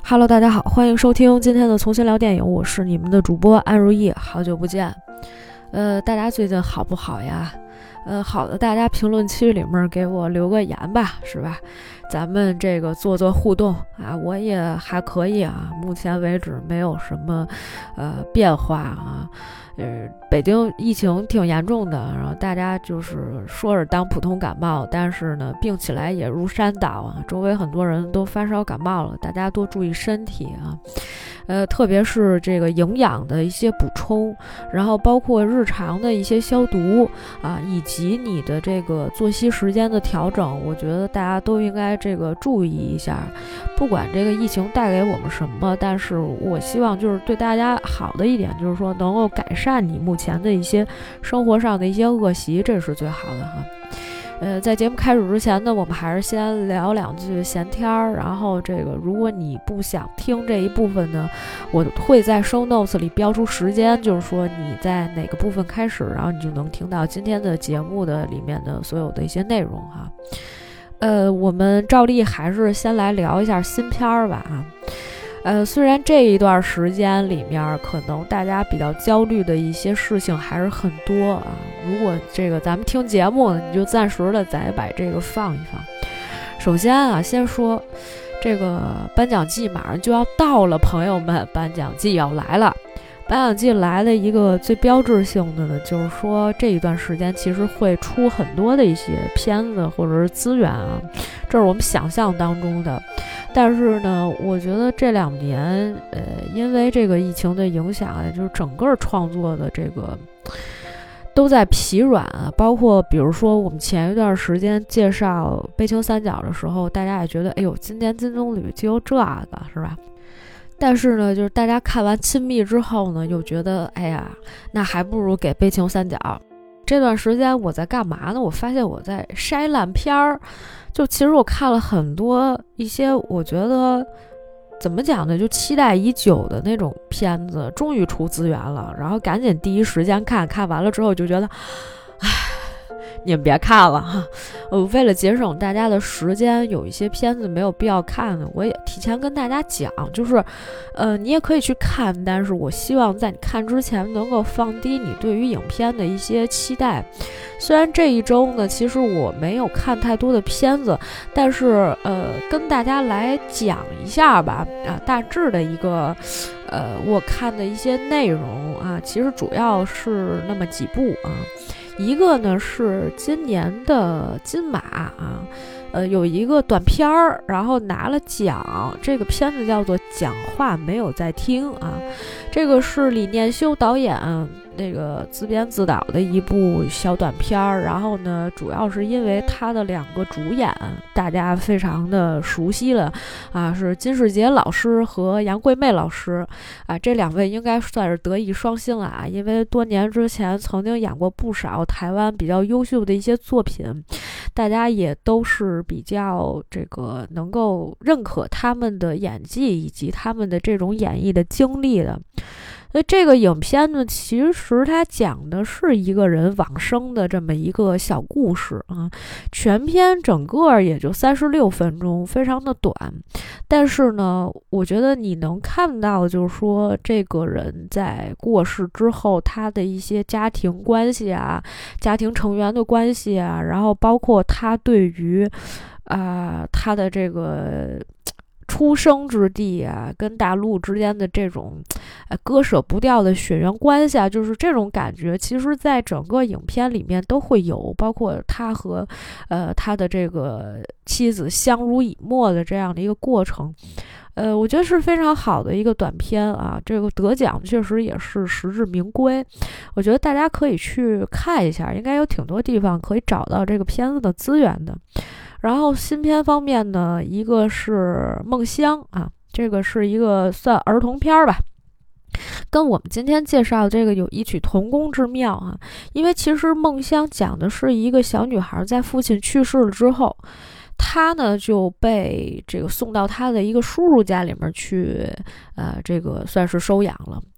Hello， 大家好，欢迎收听今天的重新聊电影，我是你们的主播安如意，好久不见。大家最近好不好呀？好的，大家评论区里面给我留个言吧，是吧？咱们这个做互动啊，我也还可以啊，目前为止没有什么变化啊。北京疫情挺严重的，然后大家就是说是当普通感冒，但是呢病起来也如山倒啊，周围很多人都发烧感冒了，大家多注意身体啊。特别是这个营养的一些补充，然后包括日常的一些消毒啊，以及你的这个作息时间的调整，我觉得大家都应该这个注意一下。不管这个疫情带给我们什么，但是我希望就是对大家好的一点，就是说能够改善你目前的一些生活上的一些恶习，这是最好的哈。在节目开始之前呢，我们还是先聊两句闲天儿。然后这个，如果你不想听这一部分呢，我会在 show notes 里标出时间，就是说你在哪个部分开始，然后你就能听到今天的节目的里面的所有的一些内容哈。我们照例还是先来聊一下新片儿吧啊。虽然这一段时间里面可能大家比较焦虑的一些事情还是很多啊，如果这个咱们听节目呢，你就暂时的再把这个放一放。首先啊，先说这个颁奖季马上就要到了，朋友们，颁奖季要来了。颁奖季来的一个最标志性的呢，就是说这一段时间其实会出很多的一些片子或者是资源啊，这是我们想象当中的。但是呢，我觉得这2年，因为这个疫情的影响啊，就是整个创作的这个都在疲软啊。包括比如说我们前一段时间介绍悲情三角的时候，大家也觉得，哎呦，今年金棕榈就有这个，是吧？但是呢，就是大家看完亲密之后呢，又觉得，哎呀，那还不如给悲情三角。这段时间我在干嘛呢？我发现我在筛烂片儿。就其实我看了很多一些我觉得怎么讲呢，就期待已久的那种片子终于出资源了，然后赶紧第一时间看完了之后就觉得，唉，你们别看了哈。为了节省大家的时间，有一些片子没有必要看的，我也提前跟大家讲，就是你也可以去看，但是我希望在你看之前能够放低你对于影片的一些期待。虽然这一周呢，其实我没有看太多的片子，但是跟大家来讲一下吧，大致的一个我看的一些内容啊，其实主要是那么几部啊。一个呢是今年的金马啊，有一个短片儿，然后拿了奖，这个片子叫做《讲话没有在听》啊，这个是李念修导演那个自编自导的一部小短片儿。然后呢，主要是因为他的2个主演大家非常的熟悉了啊，是金世杰老师和杨贵媚老师啊，这2位应该算是德艺双馨啊，因为多年之前曾经演过不少台湾比较优秀的一些作品，大家也都是比较这个能够认可他们的演技以及他们的这种演绎的经历的。所以这个影片呢，其实它讲的是一个人往生的这么一个小故事啊，全片整个也就36分钟，非常的短。但是呢，我觉得你能看到，就是说这个人在过世之后，他的一些家庭关系啊，家庭成员的关系啊，然后包括他对于他的这个出生之地啊，跟大陆之间的这种割舍不掉的血缘关系啊，就是这种感觉，其实在整个影片里面都会有，包括他和他的这个妻子相濡以沫的这样的一个过程。我觉得是非常好的一个短片啊，这个得奖确实也是实至名归。我觉得大家可以去看一下，应该有挺多地方可以找到这个片子的资源的。然后新片方面呢，一个是梦乡啊，这个是一个算儿童片吧，跟我们今天介绍这个有异曲同工之妙啊。因为其实梦乡讲的是一个小女孩在父亲去世了之后，她呢就被这个送到她的一个叔叔家里面去，这个算是收养了。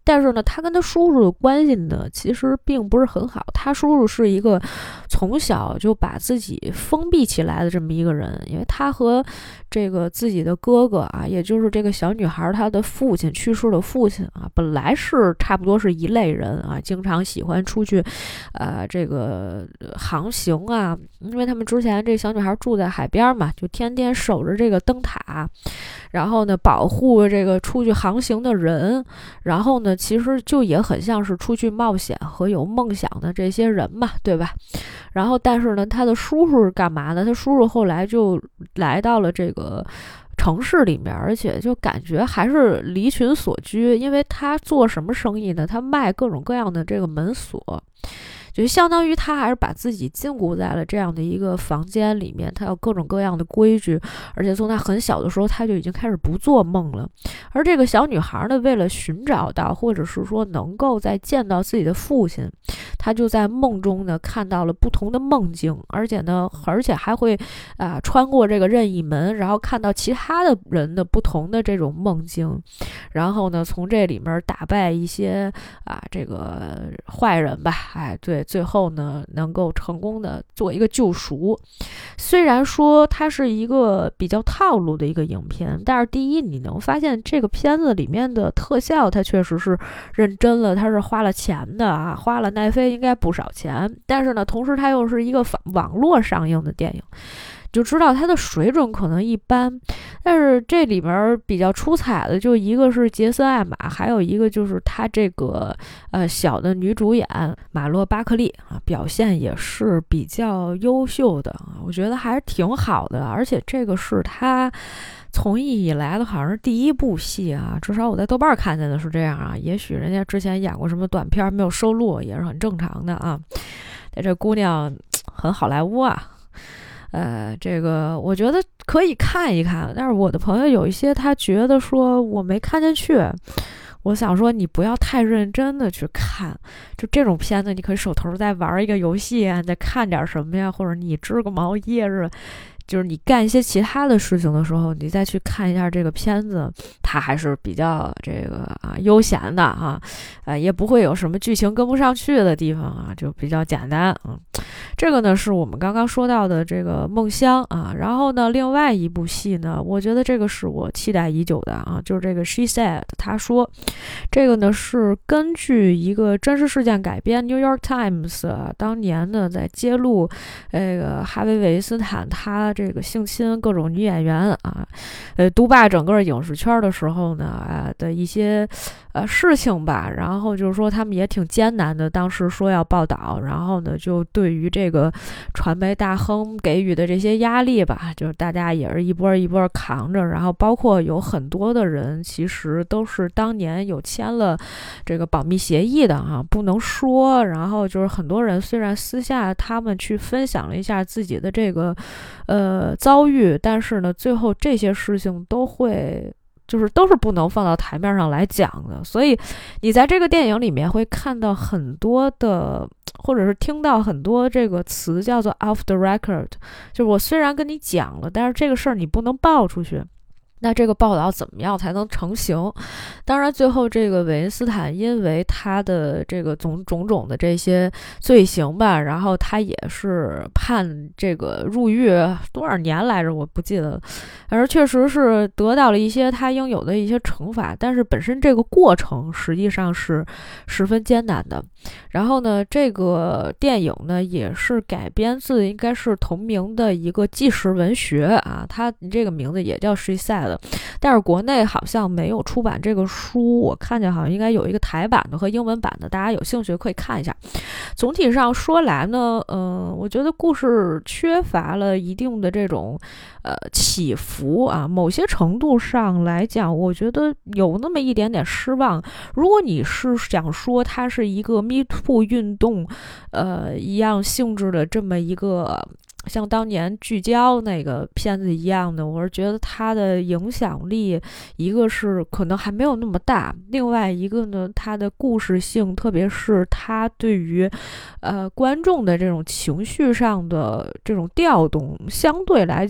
但是呢，他跟他叔叔的关系呢，其实并不是很好。他叔叔是一个从小就把自己封闭起来的这么一个人，因为他和这个自己的哥哥啊，也就是这个小女孩她的父亲去世的父亲啊，本来是差不多是一类人啊，经常喜欢出去，这个航行啊，因为他们之前这小女孩住在海边嘛，就天天守着这个灯塔，然后呢保护这个出去航行的人。然后呢，其实就也很像是出去冒险和有梦想的这些人嘛，对吧？然后，但是呢，他的叔叔是干嘛呢？他叔叔后来就来到了这个城市里面，而且就感觉还是离群索居，因为他做什么生意呢？他卖各种各样的这个门锁。就相当于他还是把自己禁锢在了这样的一个房间里面，他有各种各样的规矩，而且从他很小的时候他就已经开始不做梦了。而这个小女孩呢，为了寻找到或者是说能够再见到自己的父亲，她就在梦中呢看到了不同的梦境，而且还会穿过这个任意门，然后看到其他的人的不同的这种梦境，然后呢从这里面打败一些这个坏人吧，对，最后呢能够成功的做一个救赎。虽然说它是一个比较套路的一个影片，但是第一你能发现这个片子里面的特效它确实是认真了，它是花了钱的啊，花了奈飞应该不少钱。但是呢同时它又是一个网络上映的电影，就知道它的水准可能一般。但是这里边比较出彩的就一个是杰森艾玛，还有一个就是他这个小的女主演马洛巴克利啊，表现也是比较优秀的啊，我觉得还是挺好的。而且这个是他从艺以来的好像是第一部戏啊，至少我在豆瓣看见的是这样啊，也许人家之前演过什么短片没有收录也是很正常的啊。这姑娘很好莱坞啊。这个我觉得可以看一看，但是我的朋友有一些他觉得说我没看进去，我想说你不要太认真的去看，就这种片子你可以手头再玩一个游戏啊，再看点什么呀，或者你织个毛衣啊，就是你干一些其他的事情的时候，你再去看一下这个片子，它还是比较这个悠闲的啊，也不会有什么剧情跟不上去的地方啊，就比较简单啊。这个呢是我们刚刚说到的这个梦乡啊，然后呢另外一部戏呢，我觉得这个是我期待已久的啊，就是这个 She Said 她说，这个呢是根据一个真实事件改编， New York Times 当年呢在揭露这个哈维·韦斯坦他这个性侵各种女演员啊，独霸整个影视圈的时候呢的一些事情吧，然后就是说他们也挺艰难的，当时说要报道，然后呢就对于这个传媒大亨给予的这些压力吧，就是大家也是一波一波扛着，然后包括有很多的人其实都是当年有签了这个保密协议的啊，不能说，然后就是很多人虽然私下他们去分享了一下自己的这个遭遇，但是呢最后这些事情都是不能放到台面上来讲的。所以你在这个电影里面会看到很多的，或者是听到很多这个词叫做 off the record， 就是我虽然跟你讲了，但是这个事儿你不能爆出去。那这个报道怎么样才能成型？当然最后这个韦恩斯坦因为他的这个种种的这些罪行吧，然后他也是判这个入狱多少年来着我不记得了，而确实是得到了一些他应有的一些惩罚，但是本身这个过程实际上是十分艰难的。然后呢这个电影呢也是改编自应该是同名的一个纪实文学啊，它这个名字也叫 She Said， 但是国内好像没有出版这个书，我看见好像应该有一个台版的和英文版的，大家有兴趣可以看一下。总体上说来呢我觉得故事缺乏了一定的这种起伏啊，某些程度上来讲我觉得有那么一点点失望。如果你是想说它是一个 Me Too 运动一样性质的这么一个像当年聚焦那个片子一样的，我是觉得它的影响力一个是可能还没有那么大，另外一个呢它的故事性，特别是它对于观众的这种情绪上的这种调动，相对来讲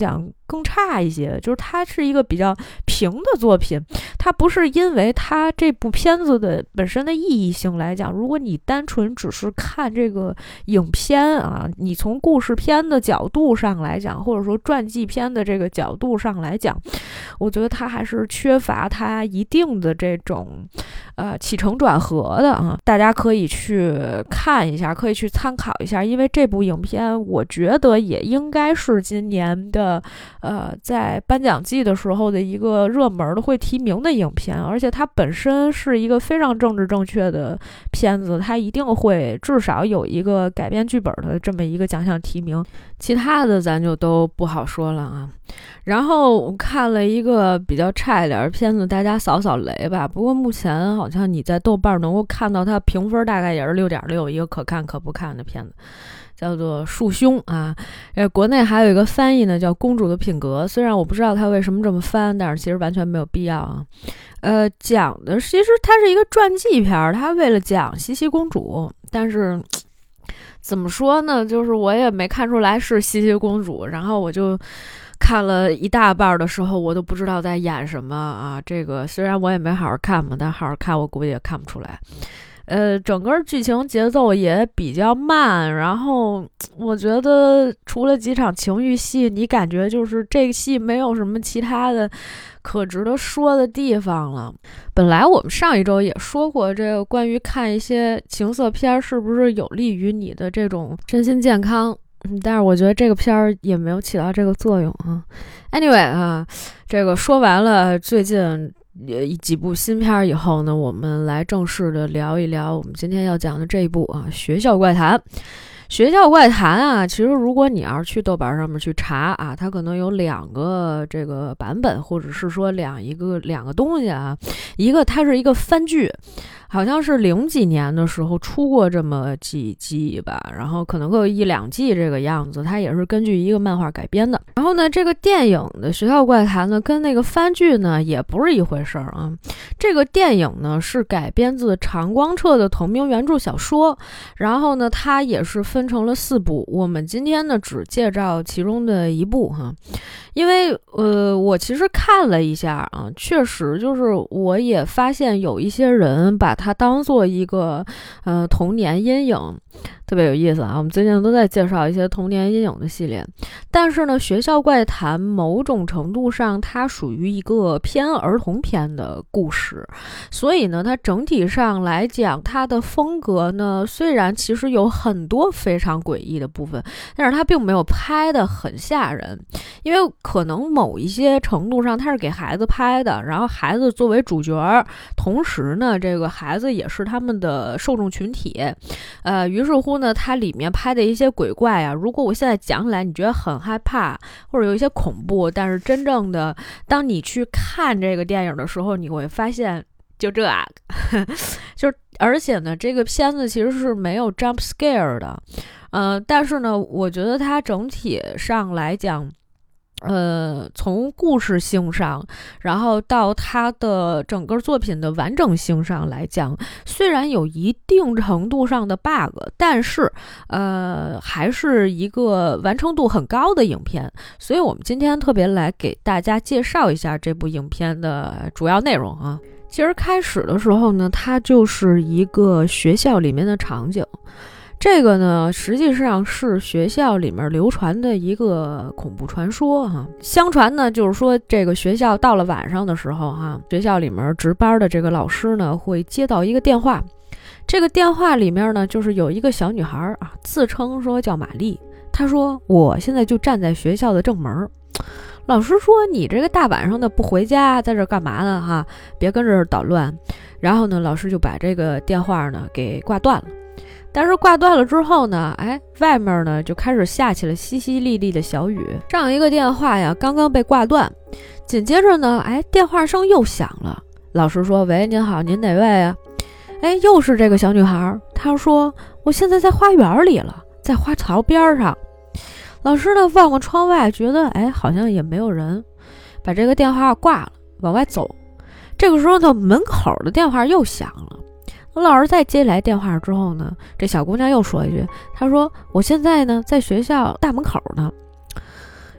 更差一些，就是它是一个比较平的作品，它不是因为它这部片子的本身的意义性来讲，如果你单纯只是看这个影片啊，你从故事片的角度上来讲，或者说传记片的这个角度上来讲，我觉得它还是缺乏它一定的这种起承转合的啊，大家可以去看一下，可以去参考一下，因为这部影片我觉得也应该是今年的在颁奖季的时候的一个热门的会提名的影片，而且它本身是一个非常政治正确的片子，它一定会至少有一个改编剧本的这么一个奖项提名，其他的咱就都不好说了啊。然后我看了一个比较差一点的片子，大家扫扫雷吧。不过目前好像你在豆瓣能够看到它评分大概也是6.6，一个可看可不看的片子，叫做《束胸》啊。国内还有一个翻译呢，叫《公主的品格》。虽然我不知道它为什么这么翻，但是其实完全没有必要啊。讲的其实它是一个传记片，它为了讲茜茜公主，但是怎么说呢，就是我也没看出来是茜茜公主，然后我就看了一大半的时候，我都不知道在演什么啊。这个虽然我也没好好看嘛，但好好看我估计也看不出来。整个剧情节奏也比较慢，然后我觉得除了几场情欲戏，你感觉就是这个戏没有什么其他的可值得说的地方了。本来我们上一周也说过，这个关于看一些情色片是不是有利于你的这种身心健康，但是我觉得这个片儿也没有起到这个作用啊。Anyway 啊，这个说完了最近几部新片以后呢，我们来正式的聊一聊我们今天要讲的这一部啊，《学校怪谈》。学校怪谈啊，其实如果你要是去豆瓣上面去查啊，它可能有2个这个版本，或者是说两个东西啊。一个它是一个番剧，好像是00几年的时候出过这么几季吧，然后可能会有1、2季这个样子，它也是根据一个漫画改编的。然后呢，这个电影的学校怪谈呢，跟那个番剧呢也不是一回事啊。这个电影呢是改编自长光彻的同名原著小说，然后呢它也是分成了4部，我们今天呢只介绍其中的一部哈。因为我其实看了一下啊，确实就是我也发现有一些人把它当做一个童年阴影，特别有意思啊。我们最近都在介绍一些童年阴影的系列，但是呢，学校怪谈某种程度上它属于一个偏儿童片的故事，所以呢，它整体上来讲，它的风格呢，虽然其实有很多非常诡异的部分，但是它并没有拍得很吓人，因为可能某一些程度上它是给孩子拍的，然后孩子作为主角，同时呢，这个孩子也是他们的受众群体，于是乎呢，它里面拍的一些鬼怪啊，如果我现在讲起来你觉得很害怕或者有一些恐怖，但是真正的当你去看这个电影的时候，你会发现就这就是而且呢，这个片子其实是没有 jump scare 的，但是呢，我觉得它整体上来讲，从故事性上，然后到它的整个作品的完整性上来讲，虽然有一定程度上的 bug， 但是还是一个完成度很高的影片。所以我们今天特别来给大家介绍一下这部影片的主要内容啊。其实开始的时候呢，它就是一个学校里面的场景。这个呢，实际上是学校里面流传的一个恐怖传说哈。相传呢，就是说这个学校到了晚上的时候哈，学校里面值班的这个老师呢，会接到一个电话。这个电话里面呢，就是有一个小女孩啊，自称说叫玛丽。她说：“我现在就站在学校的正门。”老师说：“你这个大晚上的不回家，在这干嘛呢？哈，别跟这儿捣乱。”然后呢，老师就把这个电话呢给挂断了。但是挂断了之后呢，外面呢就开始下起了淅淅沥沥的小雨。上一个电话呀刚刚被挂断，紧接着呢，电话声又响了。老师说：“喂，您好，您哪位啊？”又是这个小女孩，她说：“我现在在花园里了，在花槽边上。”老师呢望过窗外，觉得好像也没有人，把这个电话挂了，往外走。这个时候呢，门口的电话又响了。老师再接来电话之后呢，这小姑娘又说一句，她说：“我现在呢在学校大门口呢。”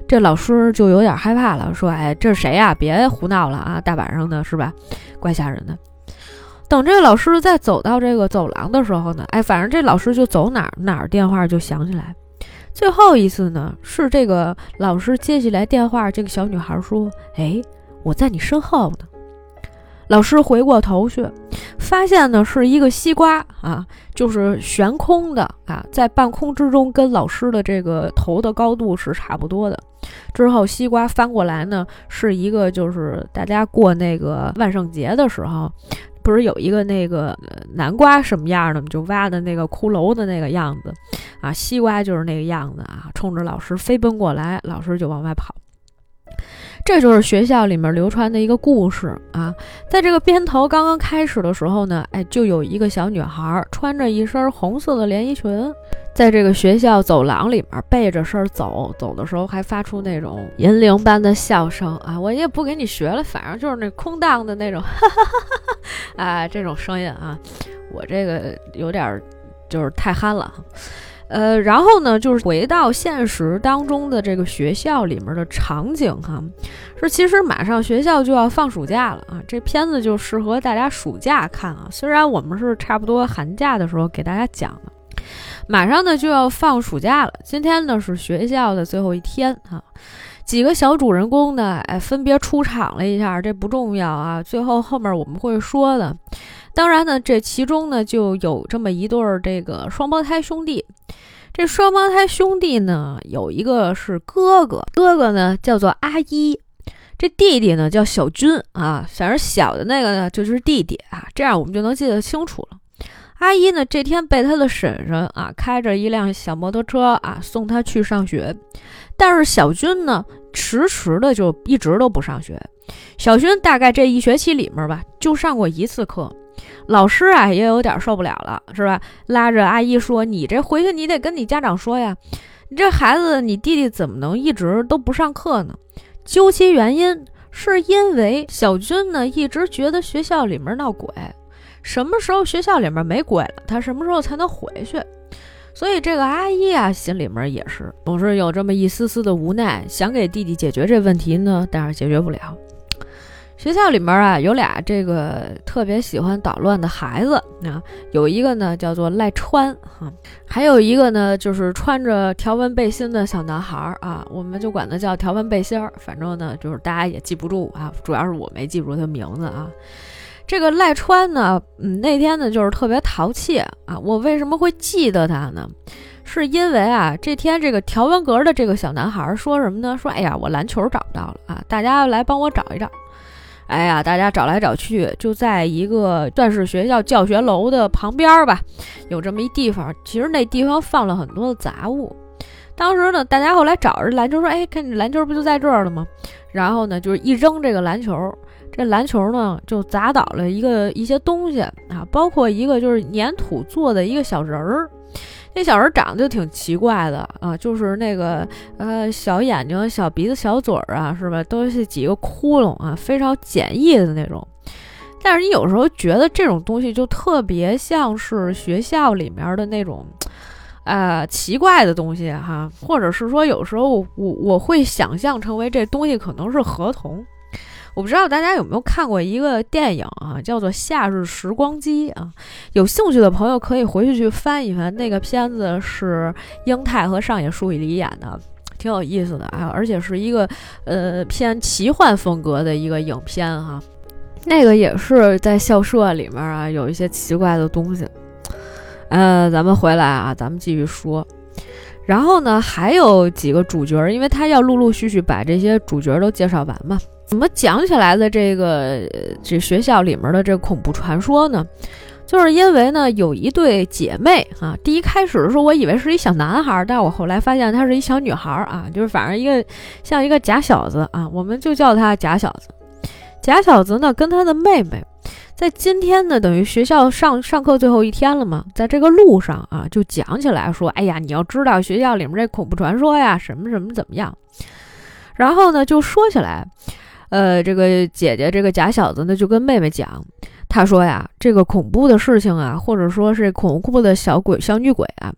这老师就有点害怕了，说哎，这是谁呀？别胡闹了啊，大晚上的是吧，怪吓人的。等这个老师再走到这个走廊的时候呢，哎，反正这老师就走哪儿电话就响起来。最后一次呢，是这个老师接起来电话，这个小女孩说，哎，我在你身后呢。老师回过头去，发现呢是一个西瓜啊，就是悬空的啊，在半空之中，跟老师的这个头的高度是差不多的。之后西瓜翻过来呢，是一个就是大家过那个万圣节的时候，不是有一个那个南瓜什么样的，就挖的那个骷髅的那个样子啊，西瓜就是那个样子啊，冲着老师飞奔过来，老师就往外跑。这就是学校里面流传的一个故事啊。在这个片头刚刚开始的时候呢，哎，就有一个小女孩穿着一身红色的连衣裙，在这个学校走廊里面背着身走的时候还发出那种银铃般的笑声啊。我也不给你学了，反正就是那空荡的那种哈哈哈哈啊，这种声音啊，我这个有点就是太憨了。然后呢，就是回到现实当中的这个学校里面的场景哈，是其实马上学校就要放暑假了啊，这片子就适合大家暑假看啊。虽然我们是差不多寒假的时候给大家讲的，马上呢就要放暑假了。今天呢是学校的最后一天啊，几个小主人公呢，哎，分别出场了一下，这不重要啊，后面我们会说的。当然呢，这其中呢就有这么一对这个双胞胎兄弟。这双胞胎兄弟呢，有一个是哥哥呢叫做阿一，这弟弟呢叫小军啊，反正小的那个呢就是弟弟啊，这样我们就能记得清楚了。阿一呢这天被他的婶婶啊开着一辆小摩托车啊送他去上学，但是小军呢迟迟的就一直都不上学。小军大概这一学期里面吧，就上过一次课。老师啊也有点受不了了，是吧？拉着阿姨说，你这回去你得跟你家长说呀，你这孩子你弟弟怎么能一直都不上课呢？究其原因，是因为小军呢一直觉得学校里面闹鬼，什么时候学校里面没鬼了，他什么时候才能回去。所以这个阿姨啊心里面也是总是有这么一丝丝的无奈，想给弟弟解决这问题呢，但是解决不了。学校里面啊有俩这个特别喜欢捣乱的孩子啊，有一个呢叫做赖川啊，还有一个呢就是穿着条纹背心的小男孩啊，我们就管他叫条纹背心儿，反正呢就是大家也记不住啊，主要是我没记住他名字啊。这个赖川呢，那天呢就是特别淘气啊，我为什么会记得他呢？是因为啊，这天这个条纹格的这个小男孩说什么呢？说哎呀，我篮球找不到了啊，大家来帮我找一找。哎呀，大家找来找去，就在一个算是学校教学楼的旁边吧，有这么一地方。其实那地方放了很多的杂物。当时呢，大家后来找着篮球，说：“哎，看你篮球不就在这儿了吗？”然后呢，就是一扔这个篮球，这篮球呢就砸倒了一些东西啊，包括一个就是粘土做的一个小人儿。那小人长得就挺奇怪的啊，就是那个小眼睛、小鼻子、小嘴儿啊，是吧？都是几个窟窿啊，非常简易的那种。但是你有时候觉得这种东西就特别像是学校里面的那种奇怪的东西哈，或者是说有时候我会想象成为这东西可能是河童。我不知道大家有没有看过一个电影啊，叫做《夏日时光机》啊，有兴趣的朋友可以回去翻一翻，那个片子是英泰和上野树里演的，挺有意思的啊，而且是一个偏奇幻风格的一个影片哈。那个也是在校舍里面啊，有一些奇怪的东西。咱们回来啊，咱们继续说。然后呢，还有几个主角，因为他要陆陆续续把这些主角都介绍完嘛。怎么讲起来的这学校里面的这恐怖传说呢？就是因为呢有一对姐妹啊，第一开始的时候我以为是一小男孩，但我后来发现她是一小女孩啊，就是反正像一个假小子啊，我们就叫她假小子。假小子呢跟她的妹妹在今天呢等于学校上课最后一天了嘛，在这个路上啊就讲起来说，哎呀，你要知道学校里面这恐怖传说呀，什么什么怎么样。然后呢就说起来这个姐姐这个假小子呢就跟妹妹讲，她说呀，这个恐怖的事情啊，或者说是恐怖的小女鬼啊，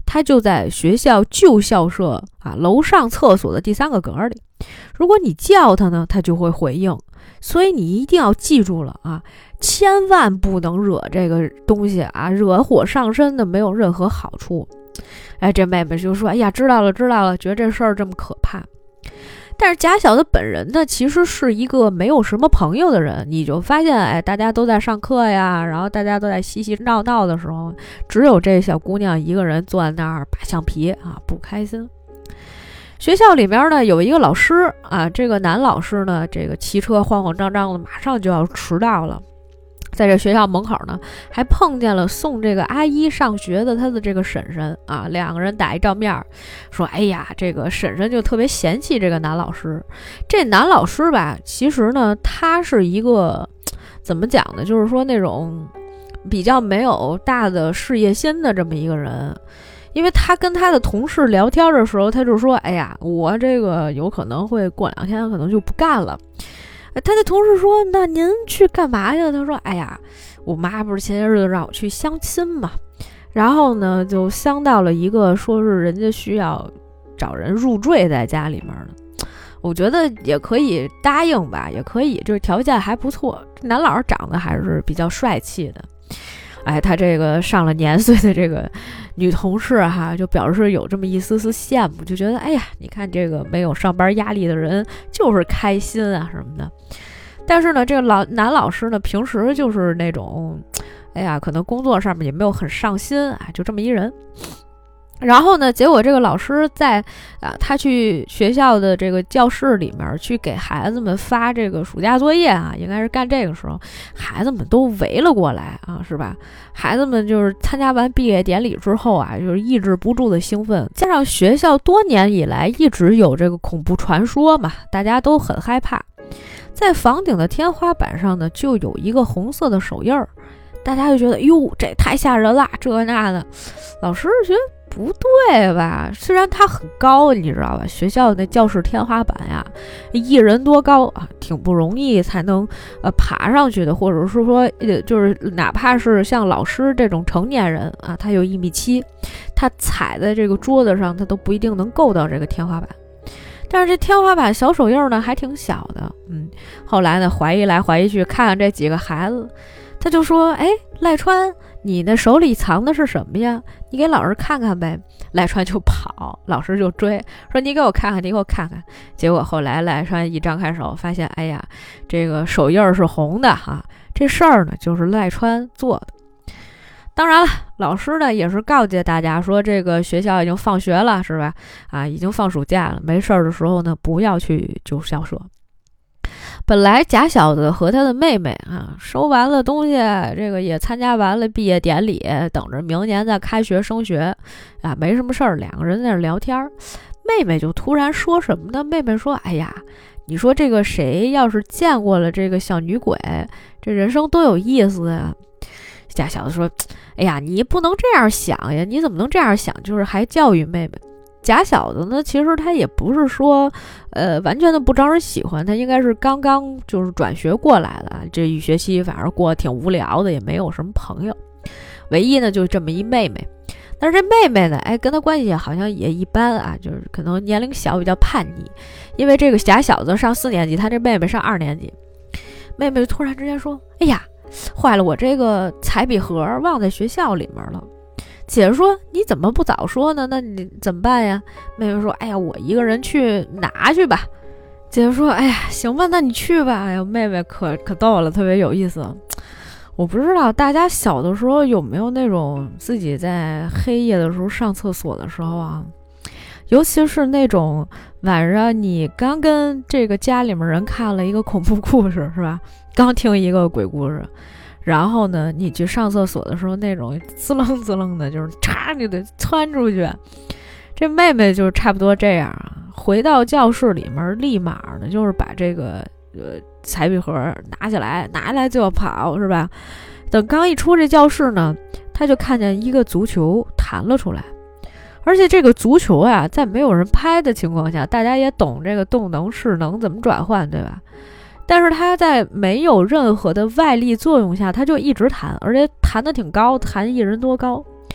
他就在学校旧校舍楼上厕所的第3个格里。如果你叫他呢，他就会回应。所以你一定要记住了千万不能惹这个东西惹火上身的没有任何好处。这妹妹就说：“哎呀，知道了，觉得这事儿这么可怕。”但是贾小子本人呢，其实是一个没有什么朋友的人。你就发现，大家都在上课呀，然后大家都在嬉嬉闹闹的时候，只有这小姑娘一个人坐在那儿拔橡皮不开心。学校里面呢有一个老师这个男老师呢，这个骑车慌慌张张的，马上就要迟到了。在这学校门口呢，还碰见了送这个阿姨上学的他的这个婶婶2个人打一照面，说：“哎呀，这个婶婶就特别嫌弃这个男老师。”这男老师吧，其实呢，他是一个怎么讲呢？就是说那种比较没有大的事业心的这么一个人。因为他跟他的同事聊天的时候，他就说：“哎呀，我这个有可能会过2天可能就不干了。”他的同事说：“那您去干嘛去？”他说：“哎呀，我妈不是前些日子让我去相亲嘛，然后呢就相到了一个说是人家需要找人入赘在家里面的。我觉得也可以答应吧，也可以，就是条件还不错。男老师长得还是比较帅气的。”他这个上了年岁的这个女同事就表示有这么一丝丝羡慕，就觉得哎呀，你看这个没有上班压力的人就是开心什么的。但是呢，这个男老师呢，平时就是那种可能工作上面也没有很上心就这么一人。然后呢，结果这个老师在他去学校的这个教室里面去给孩子们发这个暑假作业应该是干这个时候，孩子们都围了过来是吧？孩子们就是参加完毕业典礼之后就是抑制不住的兴奋，加上学校多年以来一直有这个恐怖传说嘛，大家都很害怕。在房顶的天花板上呢，就有一个红色的手印儿，大家就觉得哟，这太吓人了，这那的。老师觉得不对吧？虽然它很高，你知道吧？学校那教室天花板1人多高挺不容易才能爬上去的，或者是说就是哪怕是像老师这种成年人他有1.7米，他踩在这个桌子上，他都不一定能够到这个天花板。但是这天花板小手印呢还挺小的。后来呢，怀疑来怀疑去，看看这几个孩子，他就说：“赖川，你那手里藏的是什么呀？你给老师看看呗。”赖川就跑，老师就追，说：“你给我看看，你给我看看。”结果后来赖川一张开手，发现哎呀，这个手印是红的这事儿呢就是赖川做的。当然了，老师呢也是告诫大家说，这个学校已经放学了，是吧？已经放暑假了，没事儿的时候呢，不要去旧校舍。本来贾小子和他的妹妹收完了东西，这个也参加完了毕业典礼，等着明年再开学升学没什么事儿，2个人在那聊天。妹妹就突然说什么呢？妹妹说：“哎呀，你说这个谁要是见过了这个小女鬼，这人生多有意思呀。”贾小子说：“哎呀，你不能这样想呀，你怎么能这样想？就是还教育妹妹。”贾小子呢，其实他也不是说完全的不招人喜欢，他应该是刚刚就是转学过来的，这1学期反正过得挺无聊的，也没有什么朋友，唯一呢就这么一妹妹。但是这妹妹呢跟他关系好像也一般就是可能年龄小，比较叛逆。因为这个贾小子上4年级，他这妹妹上2年级。妹妹突然之间说：“哎呀，坏了，我这个彩笔盒忘在学校里面了。”姐姐说：“你怎么不早说呢？那你怎么办呀？”妹妹说：“哎呀，我一个人去拿去吧。”姐姐说：“哎呀，行吧，那你去吧。”哎呀，妹妹可逗了，特别有意思。我不知道大家小的时候有没有那种自己在黑夜的时候上厕所的时候尤其是那种晚上你刚跟这个家里面人看了一个恐怖故事，是吧？刚听一个鬼故事。然后呢，你去上厕所的时候，那种滋楞滋楞的，就是嚓你得窜出去。这妹妹就是差不多这样回到教室里面，立马呢就是把这个彩笔盒拿下来就要跑，是吧？等刚一出这教室呢，她就看见一个足球弹了出来，而且这个足球在没有人拍的情况下，大家也懂这个动能势能怎么转换，对吧？但是它在没有任何的外力作用下，它就一直弹，而且弹得挺高，弹1人多高。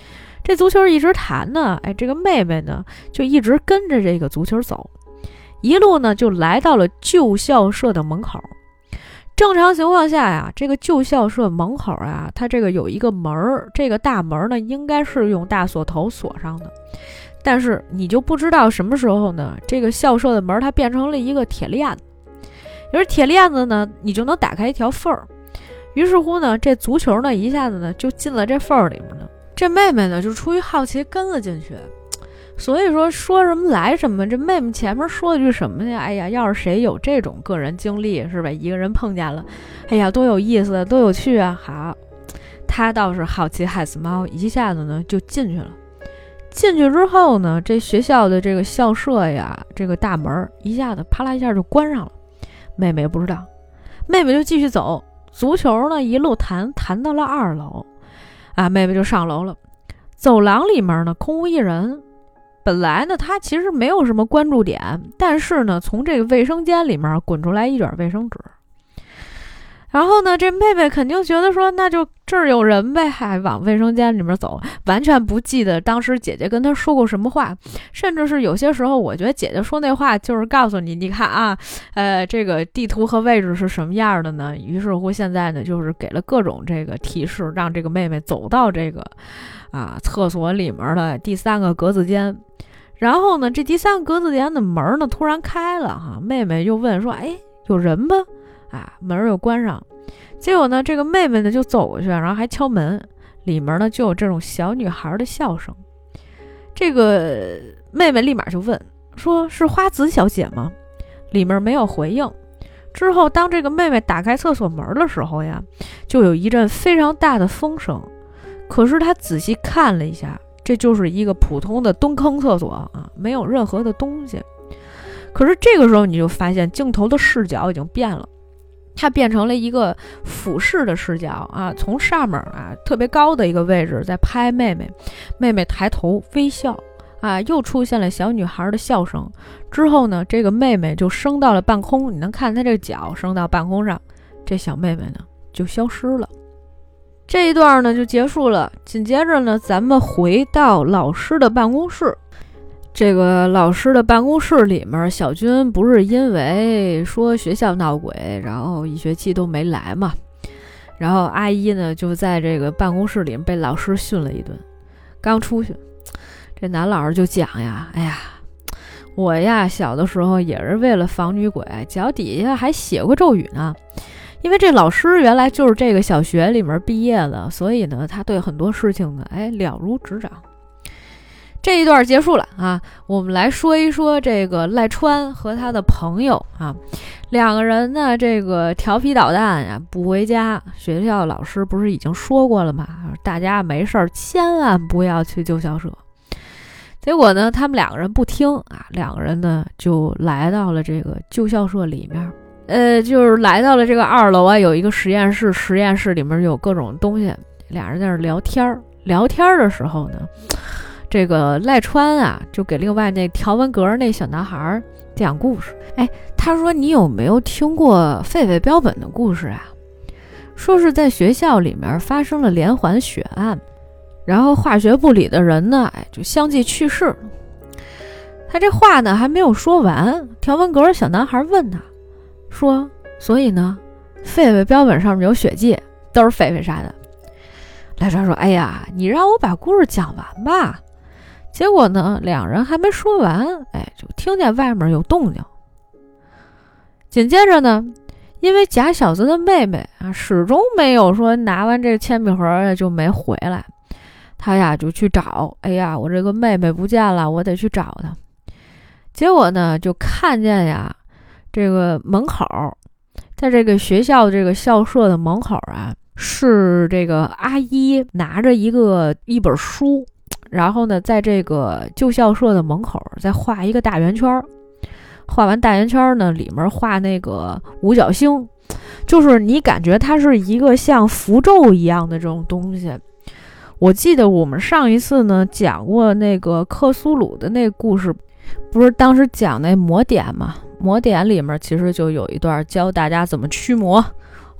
这足球一直弹呢，这个妹妹呢就一直跟着这个足球走，一路呢就来到了旧校舍的门口。正常情况下呀，这个旧校舍门口啊，它这个有一个门儿，这个大门呢应该是用大锁头锁上的，但是你就不知道什么时候呢，这个校舍的门它变成了一个铁链子，而铁链子呢，你就能打开一条缝儿。于是乎呢，这足球呢一下子呢就进了这缝儿里面了。这妹妹呢就出于好奇跟了进去。所以说什么来什么，这妹妹前面说了句什么呢？哎呀，要是谁有这种个人经历，是吧？一个人碰见了，哎呀，多有意思，多有趣啊！好，她倒是好奇害死猫，一下子呢就进去了。进去之后呢，这学校的这个校舍呀，这个大门一下子啪啦一下就关上了。妹妹也不知道，妹妹就继续走，足球呢一路弹到了2楼，啊，妹妹就上楼了。走廊里面呢空无一人。本来呢，他其实没有什么关注点，但是呢，从这个卫生间里面滚出来一卷卫生纸，然后呢，这妹妹肯定觉得说，那就这儿有人呗，还往卫生间里面走，完全不记得当时姐姐跟她说过什么话，甚至是有些时候，我觉得姐姐说那话就是告诉你，你看啊，这个地图和位置是什么样的呢？于是乎，现在呢，就是给了各种这个提示，让这个妹妹走到这个厕所里面的第3个格子间。然后呢，这第3个格子间的门呢突然开了哈，妹妹又问说：“哎，有人吗？”门又关上。结果呢，这个妹妹呢就走过去，然后还敲门，里面呢就有这种小女孩的笑声。这个妹妹立马就问说：“是花子小姐吗？”里面没有回应。之后，当这个妹妹打开厕所门的时候呀，就有一阵非常大的风声。可是她仔细看了一下，这就是一个普通的蹲坑厕所啊，没有任何的东西。可是这个时候你就发现镜头的视角已经变了，它变成了一个俯视的视角啊，从上面特别高的一个位置在拍妹妹，妹妹抬头微笑啊，又出现了小女孩的笑声。之后呢，这个妹妹就升到了半空，你能看她这个脚升到半空上，这小妹妹呢就消失了。这一段呢就结束了。紧接着呢，咱们回到老师的办公室。这个老师的办公室里面，小军不是因为说学校闹鬼，然后1学期都没来嘛，然后阿姨呢就在这个办公室里被老师训了一顿。刚出去，这男老师就讲呀，哎呀，我呀小的时候也是为了防女鬼，脚底下还写过咒语呢。因为这老师原来就是这个小学里面毕业的，所以呢，他对很多事情呢，了如指掌。这一段结束了啊，我们来说一说这个赖川和他的朋友啊，两个人呢，这个调皮捣蛋呀，不回家。学校老师不是已经说过了吗？大家没事儿千万不要去旧校舍。结果呢，他们两个人不听啊，两个人呢就来到了这个旧校舍里面。就是来到了这个2楼啊，有一个实验室，实验室里面有各种东西，俩人在那聊天。聊天的时候呢，这个赖川啊，就给另外那条纹格那小男孩讲故事。他说：“你有没有听过狒狒标本的故事啊？说是在学校里面发生了连环血案，然后化学部里的人呢，就相继去世了。”他这话呢还没有说完，条纹格小男孩问他说：“所以呢，狒狒标本上面有血迹，都是狒狒杀的。”赖川说：“哎呀，你让我把故事讲完吧。”结果呢，两人还没说完，就听见外面有动静。紧接着呢，因为假小子的妹妹始终没有说拿完这个铅笔盒就没回来，他呀就去找。哎呀，我这个妹妹不见了，我得去找她。结果呢，就看见呀，这个门口，在这个学校这个校舍的门口啊，是这个阿姨拿着一本书，然后呢，在这个旧校舍的门口再画一个大圆圈。画完大圆圈呢，里面画那个五角星，就是你感觉它是一个像符咒一样的这种东西。我记得我们上一次呢讲过那个克苏鲁的那个故事，不是当时讲那魔典吗？魔典里面其实就有一段教大家怎么驱魔，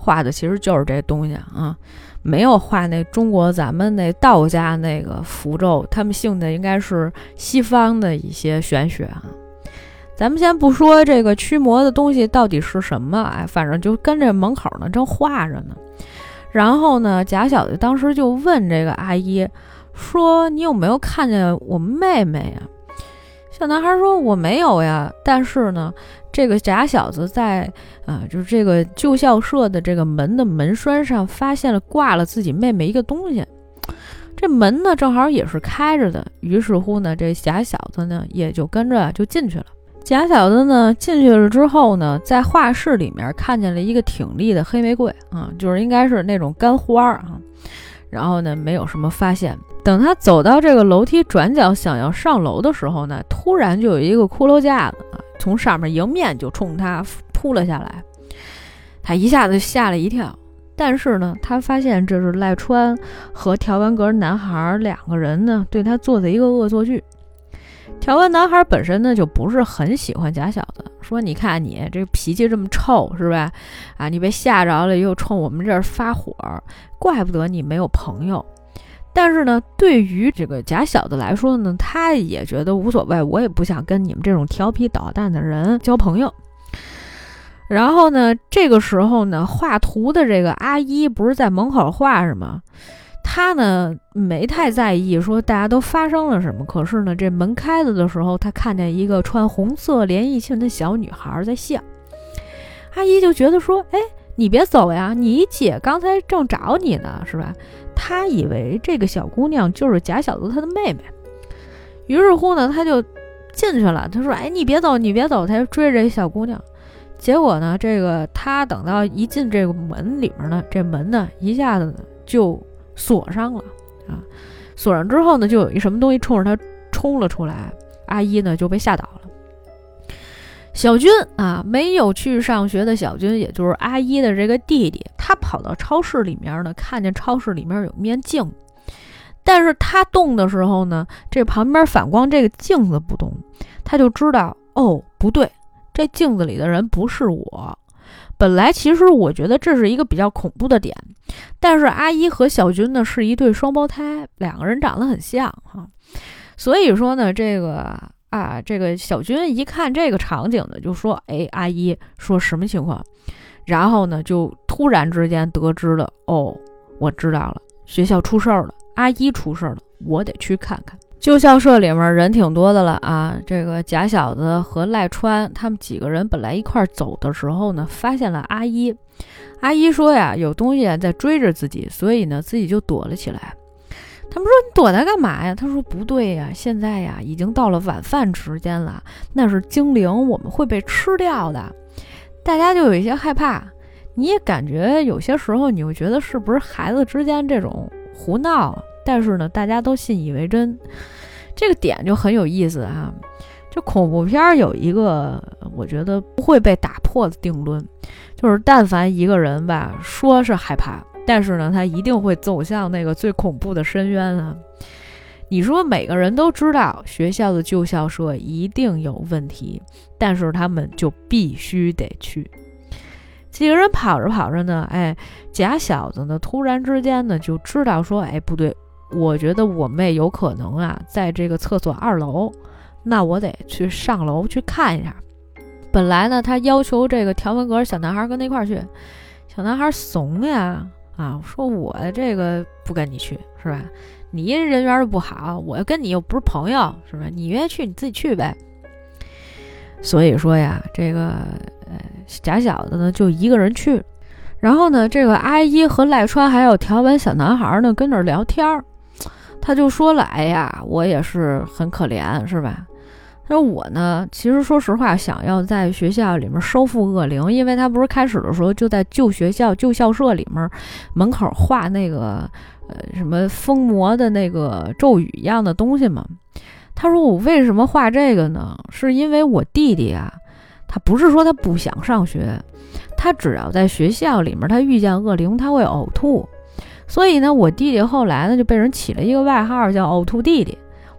画的其实就是这东西啊，没有画那中国咱们那道家那个符咒，他们信的应该是西方的一些玄学啊。咱们先不说这个驱魔的东西到底是什么，哎，反正就跟这门口呢正画着呢。然后呢，贾小姐当时就问这个阿姨说：“你有没有看见我妹妹呀？”小男孩说：“我没有呀。”但是呢，这个贾小子在就是这个旧校舍的这个门的门栓上发现了挂了自己妹妹一个东西。这门呢正好也是开着的，于是乎呢，这贾小子呢也就跟着就进去了。贾小子呢进去了之后呢，在画室里面看见了一个挺立的黑玫瑰啊，就是应该是那种干花啊。然后呢没有什么发现。等他走到这个楼梯转角想要上楼的时候呢，突然就有一个骷髅架子啊，从上面迎面就冲他扑了下来。他一下子吓了一跳，但是呢他发现这是赖川和条纹格男孩两个人呢对他做的一个恶作剧。条纹男孩本身呢就不是很喜欢贾小子，说你看你这脾气这么臭是吧？啊，你被吓着了又冲我们这儿发火，怪不得你没有朋友。但是呢，对于这个贾小子来说呢，他也觉得无所谓，我也不想跟你们这种调皮捣蛋的人交朋友。然后呢，这个时候呢，画图的这个阿姨不是在门口画着吗？他呢没太在意说大家都发生了什么，可是呢这门开了的时候，他看见一个穿红色连衣裙的小女孩在笑。阿姨就觉得说，哎，你别走呀，你姐刚才正找你呢，是吧？他以为这个小姑娘就是贾小子他的妹妹，于是乎呢他就进去了。他说，哎，你别走你别走，他就追着这小姑娘。结果呢这个他等到一进这个门里面呢，这门呢一下子就锁上了啊！锁上之后呢，就有一什么东西冲着他冲了出来，阿姨呢就被吓倒了。小军啊，没有去上学的小军，也就是阿姨的这个弟弟，他跑到超市里面呢，看见超市里面有面镜，但是他动的时候呢，这旁边反光这个镜子不动，他就知道哦，不对，这镜子里的人不是我。本来其实我觉得这是一个比较恐怖的点，但是阿姨和小军呢是一对双胞胎，两个人长得很像哈，所以说呢这个小军一看这个场景呢，就说，哎，阿姨说什么情况？然后呢就突然之间得知了，哦，我知道了，学校出事了，阿姨出事了，我得去看看。旧校舍里面人挺多的了啊，这个贾小子和赖川他们几个人本来一块走的时候呢，发现了阿姨。阿姨说呀，有东西在追着自己，所以呢自己就躲了起来。他们说，你躲它干嘛呀？他说，不对呀，现在呀已经到了晚饭时间了，那是精灵，我们会被吃掉的。大家就有一些害怕，你也感觉有些时候你又觉得是不是孩子之间这种胡闹，但是呢大家都信以为真。这个点就很有意思啊。这恐怖片有一个我觉得不会被打破的定论，就是但凡一个人吧说是害怕，但是呢他一定会走向那个最恐怖的深渊啊。你说每个人都知道学校的旧校舍一定有问题，但是他们就必须得去。几个人跑着跑着呢，哎，贾小子呢突然之间呢就知道说，哎，不对，我觉得我妹有可能啊在这个厕所2楼，那我得去上楼去看一下。本来呢他要求这个条纹格小男孩跟他一块去，小男孩怂呀，啊，说我这个不跟你去是吧，你人缘不好，我跟你又不是朋友是吧，你愿意去你自己去呗。所以说呀，这个贾小子呢就一个人去，然后呢这个阿姨和赖川还有条纹小男孩呢跟那聊天，他就说了，哎呀，我也是很可怜是吧，他说我呢其实说实话想要在学校里面收复恶灵，因为他不是开始的时候就在旧学校旧校舍里面门口画那个什么封魔的那个咒语一样的东西嘛。他说我为什么画这个呢，是因为我弟弟啊，他不是说他不想上学，他只要在学校里面他遇见恶灵他会呕吐，所以呢我弟弟后来呢就被人起了一个外号叫呕吐弟弟，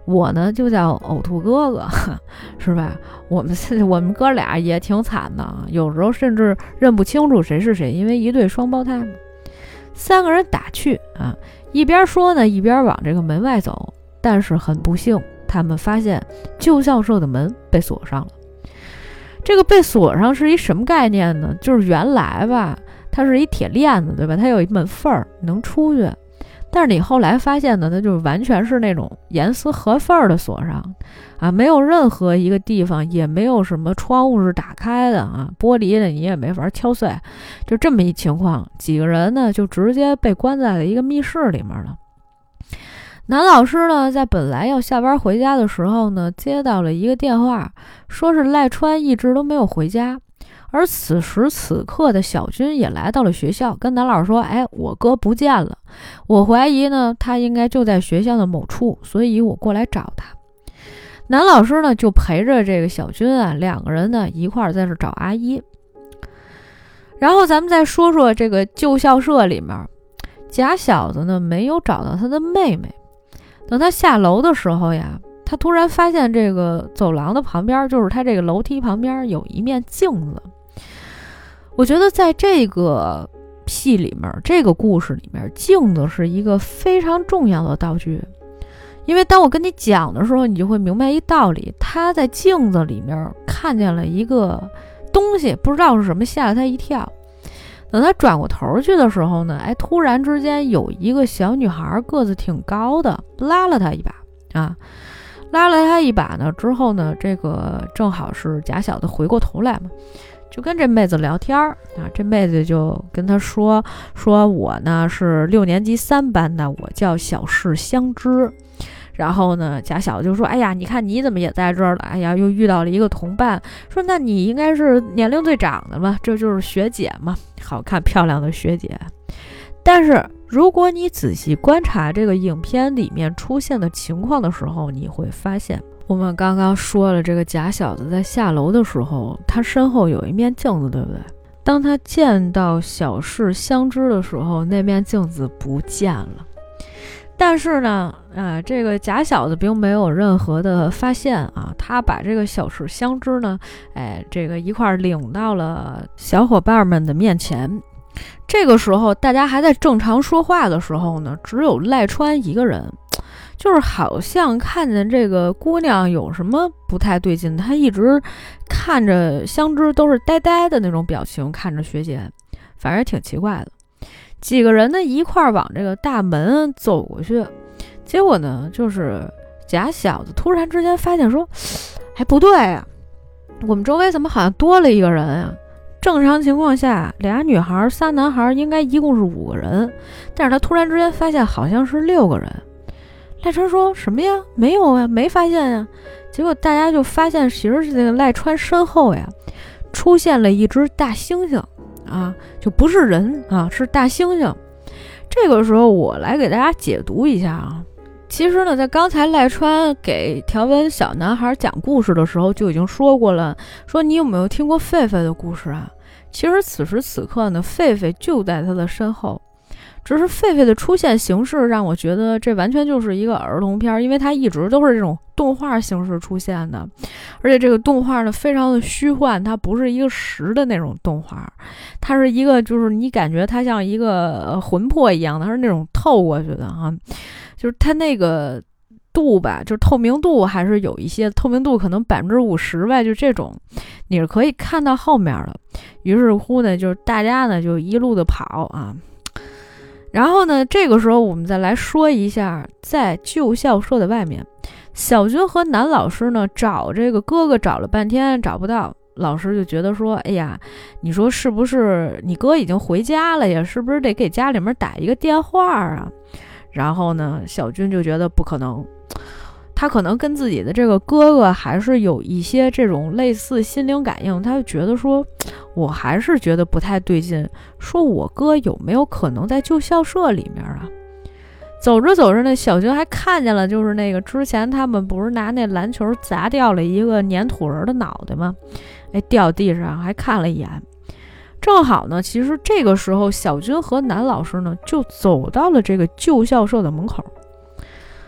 我呢就叫呕吐哥哥，是吧？我们哥俩也挺惨的，有时候甚至认不清楚谁是谁，因为一对双胞胎。3个人打趣啊，一边说呢，一边往这个门外走。但是很不幸，他们发现旧校舍的门被锁上了。这个被锁上是一什么概念呢？就是原来吧，它是一铁链子，对吧？它有一门缝儿能出去。但是你后来发现呢，它就完全是那种严丝合缝的锁上啊，没有任何一个地方，也没有什么窗户是打开的啊，玻璃呢你也没法敲碎，就这么一情况，几个人呢就直接被关在了一个密室里面了。男老师呢，在本来要下班回家的时候呢，接到了一个电话，说是赖川一直都没有回家。而此时此刻的小军也来到了学校，跟男老师说：“哎，我哥不见了，我怀疑呢，他应该就在学校的某处，所以我过来找他。”男老师呢，就陪着这个小军啊，2个人呢一块儿在这找阿姨。然后咱们再说说这个旧校舍里面，假小子呢没有找到他的妹妹。等他下楼的时候呀，他突然发现这个走廊的旁边，就是他这个楼梯旁边有一面镜子。我觉得在这个戏里面，这个故事里面，镜子是一个非常重要的道具。因为当我跟你讲的时候，你就会明白一道理，他在镜子里面看见了一个东西，不知道是什么，吓了他一跳。等他转过头去的时候呢，突然之间有一个小女孩，个子挺高的，拉了他一把啊。拉了他一把呢之后呢，这个正好是假小子回过头来嘛，就跟这妹子聊天啊。这妹子就跟他说我呢是6年级3班的，我叫小室香织。然后呢，假小子就说：“哎呀，你看你怎么也在这儿了？哎呀，又遇到了一个同伴。说那你应该是年龄最长的嘛，这就是学姐嘛，好看漂亮的学姐。但是如果你仔细观察这个影片里面出现的情况的时候，你会发现，我们刚刚说了，这个假小子在下楼的时候，他身后有一面镜子，对不对？当他见到小室香织的时候，那面镜子不见了。但是呢，这个假小子并没有任何的发现啊，他把这个小室香织呢，这个一块领到了小伙伴们的面前。这个时候，大家还在正常说话的时候呢，只有赖川一个人，就是好像看见这个姑娘有什么不太对劲，他一直看着香织都是呆呆的那种表情，看着学姐，反正挺奇怪的。几个人呢一块往这个大门走过去，结果呢就是假小子突然之间发现说，不对啊，我们周围怎么好像多了一个人啊？正常情况下2女孩3男孩应该一共是5个人，但是他突然之间发现好像是6个人。赖川说什么呀？没有啊，没发现呀。结果大家就发现其实是这个赖川身后呀出现了一只大猩猩啊，就不是人啊，是大猩猩。这个时候我来给大家解读一下啊。其实呢，在刚才赖川给条纹小男孩讲故事的时候就已经说过了，说你有没有听过狒狒的故事啊？其实此时此刻呢，狒狒就在他的身后，只是狒狒的出现形式让我觉得这完全就是一个儿童片，因为它一直都是这种动画形式出现的，而且这个动画呢非常的虚幻，它不是一个实的那种动画，它是一个就是你感觉它像一个魂魄一样的，它是那种透过去的啊，就是它那个度吧，就是透明度还是有一些透明度，可能50%吧，就这种你是可以看到后面的。于是乎呢，就是大家呢就一路的跑啊。然后呢，这个时候我们再来说一下，在旧校舍的外面，小军和男老师呢找这个哥哥找了半天找不到，老师就觉得说，哎呀，你说是不是你哥已经回家了呀？是不是得给家里面打一个电话啊？然后呢，小军就觉得不可能，他可能跟自己的这个哥哥还是有一些这种类似心灵感应，他就觉得说，我还是觉得不太对劲，说我哥有没有可能在旧校舍里面啊？走着走着呢，小军还看见了，就是那个之前他们不是拿那篮球砸掉了一个粘土人的脑袋吗？掉地上，还看了一眼。正好呢，其实这个时候小军和男老师呢就走到了这个旧校舍的门口。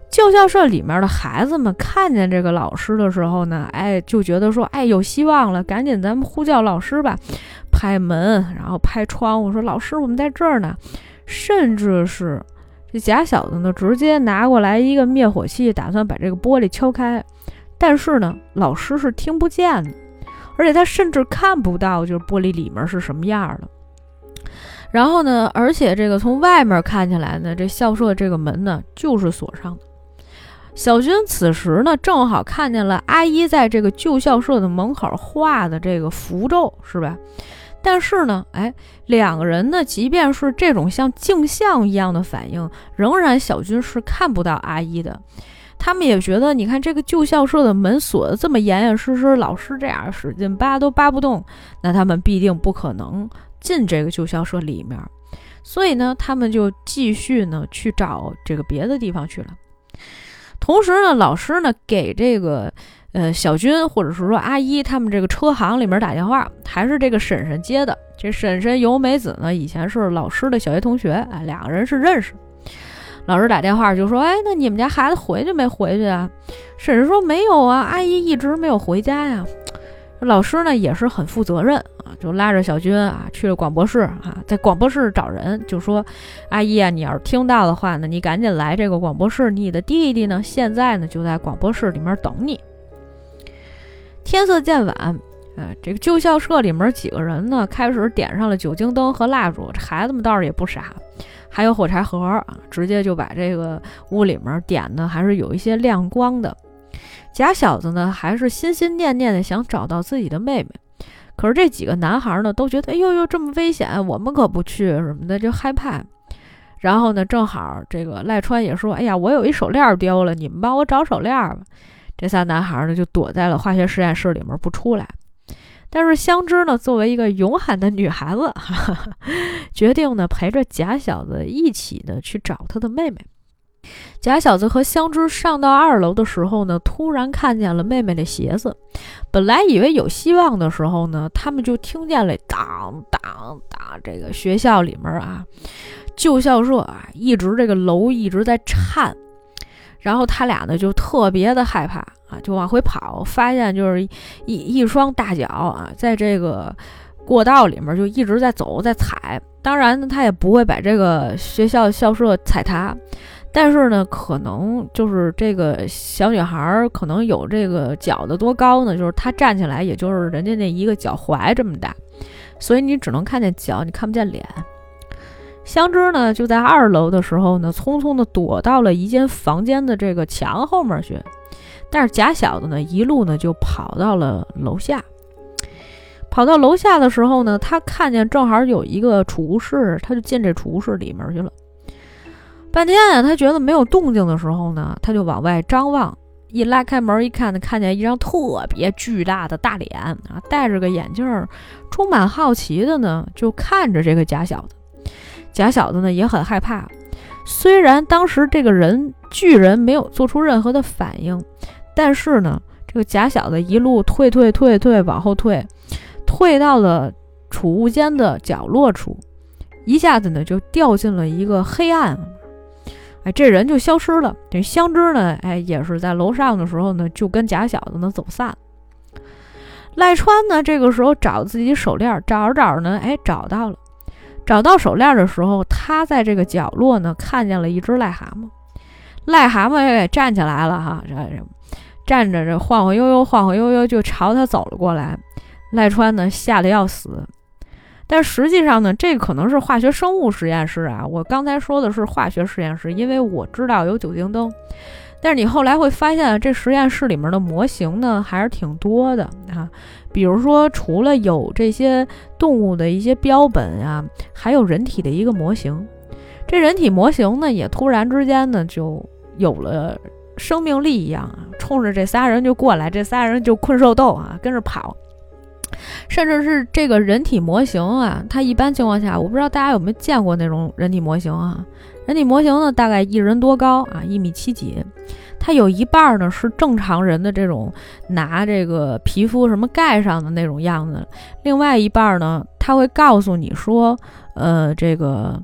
旧校舍里面的孩子们看见这个老师的时候呢，就觉得说，有希望了，赶紧咱们呼叫老师吧，拍门，然后拍窗户，说老师我们在这儿呢。甚至是这假小子呢，直接拿过来一个灭火器，打算把这个玻璃敲开，但是呢，老师是听不见的，而且他甚至看不到就是玻璃里面是什么样的。然后呢，而且这个从外面看起来呢，这校舍这个门呢就是锁上的。小军此时呢正好看见了阿姨在这个旧校舍的门口画的这个符咒，是吧？但是呢，两个人呢，即便是这种像镜像一样的反应，仍然小军是看不到阿姨的。他们也觉得，你看这个旧校舍的门锁得这么严严实实，老师这样使劲扒都扒不动，那他们必定不可能进这个旧校舍里面。所以呢，他们就继续呢去找这个别的地方去了。同时呢，老师呢给这个小军或者是说阿姨他们这个车行里面打电话，还是这个婶婶接的。这婶婶尤美子呢以前是老师的小学同学，两个人是认识。老师打电话就说，那你们家孩子回去没回去啊？婶婶说没有啊，阿姨一直没有回家呀。老师呢也是很负责任啊，就拉着小军去了广播室在广播室找人，就说阿姨你要是听到的话呢，你赶紧来这个广播室，你的弟弟呢现在呢就在广播室里面等你。天色渐晚，这个旧校舍里面几个人呢开始点上了酒精灯和蜡烛，这孩子们倒是也不傻，还有火柴盒直接就把这个屋里面点的还是有一些亮光的。假小子呢还是心心念念的想找到自己的妹妹，可是这几个男孩呢都觉得这么危险，我们可不去什么的，就害怕。然后呢正好这个赖川也说，我有一手链丢了，你们帮我找手链吧。这仨男孩呢就躲在了化学实验室里面不出来。但是香芝呢作为一个勇敢的女孩子决定呢陪着假小子一起的去找他的妹妹。假小子和香芝上到2楼的时候呢，突然看见了妹妹的鞋子。本来以为有希望的时候呢，他们就听见了当当当，这个学校里面旧校舍一直这个楼一直在颤。然后他俩呢就特别的害怕就往回跑，发现就是一双大脚在这个过道里面就一直在走在踩。当然呢他也不会把这个学校校舍踩塌，但是呢可能就是这个小女孩可能有这个脚的多高呢，就是她站起来也就是人家那一个脚踝这么大，所以你只能看见脚，你看不见脸。香芝呢就在2楼的时候呢匆匆的躲到了一间房间的这个墙后面去，但是假小子呢一路呢就跑到了楼下。跑到楼下的时候呢，他看见正好有一个储物室，他就进这储物室里面去了。半天他觉得没有动静的时候呢，他就往外张望，一拉开门一看呢，看见一张特别巨大的大脸戴着个眼镜，充满好奇的呢就看着这个假小子。假小子呢也很害怕，虽然当时这个巨人没有做出任何的反应，但是呢这个假小子一路退往后退到了储物间的角落处，一下子呢就掉进了一个黑暗，这人就消失了。这香芝呢也是在楼上的时候呢就跟假小子呢走散。赖川呢这个时候找自己手链，找着呢找到了。找到手链的时候，他在这个角落呢看见了一只癞蛤蟆。癞蛤蟆也站起来了站着这晃晃悠悠就朝他走了过来。赖川呢吓得要死，但实际上呢这可能是化学生物实验室我刚才说的是化学实验室，因为我知道有酒精灯，但是你后来会发现这实验室里面的模型呢还是挺多的比如说除了有这些动物的一些标本还有人体的一个模型。这人体模型呢也突然之间呢就有了生命力一样冲着这仨人就过来，这仨人就困兽斗跟着跑。甚至是这个人体模型它一般情况下，我不知道大家有没有见过那种人体模型人体模型呢大概1人多高1.7米几，它有一半呢是正常人的这种拿这个皮肤什么盖上的那种样子，另外一半呢它会告诉你说这个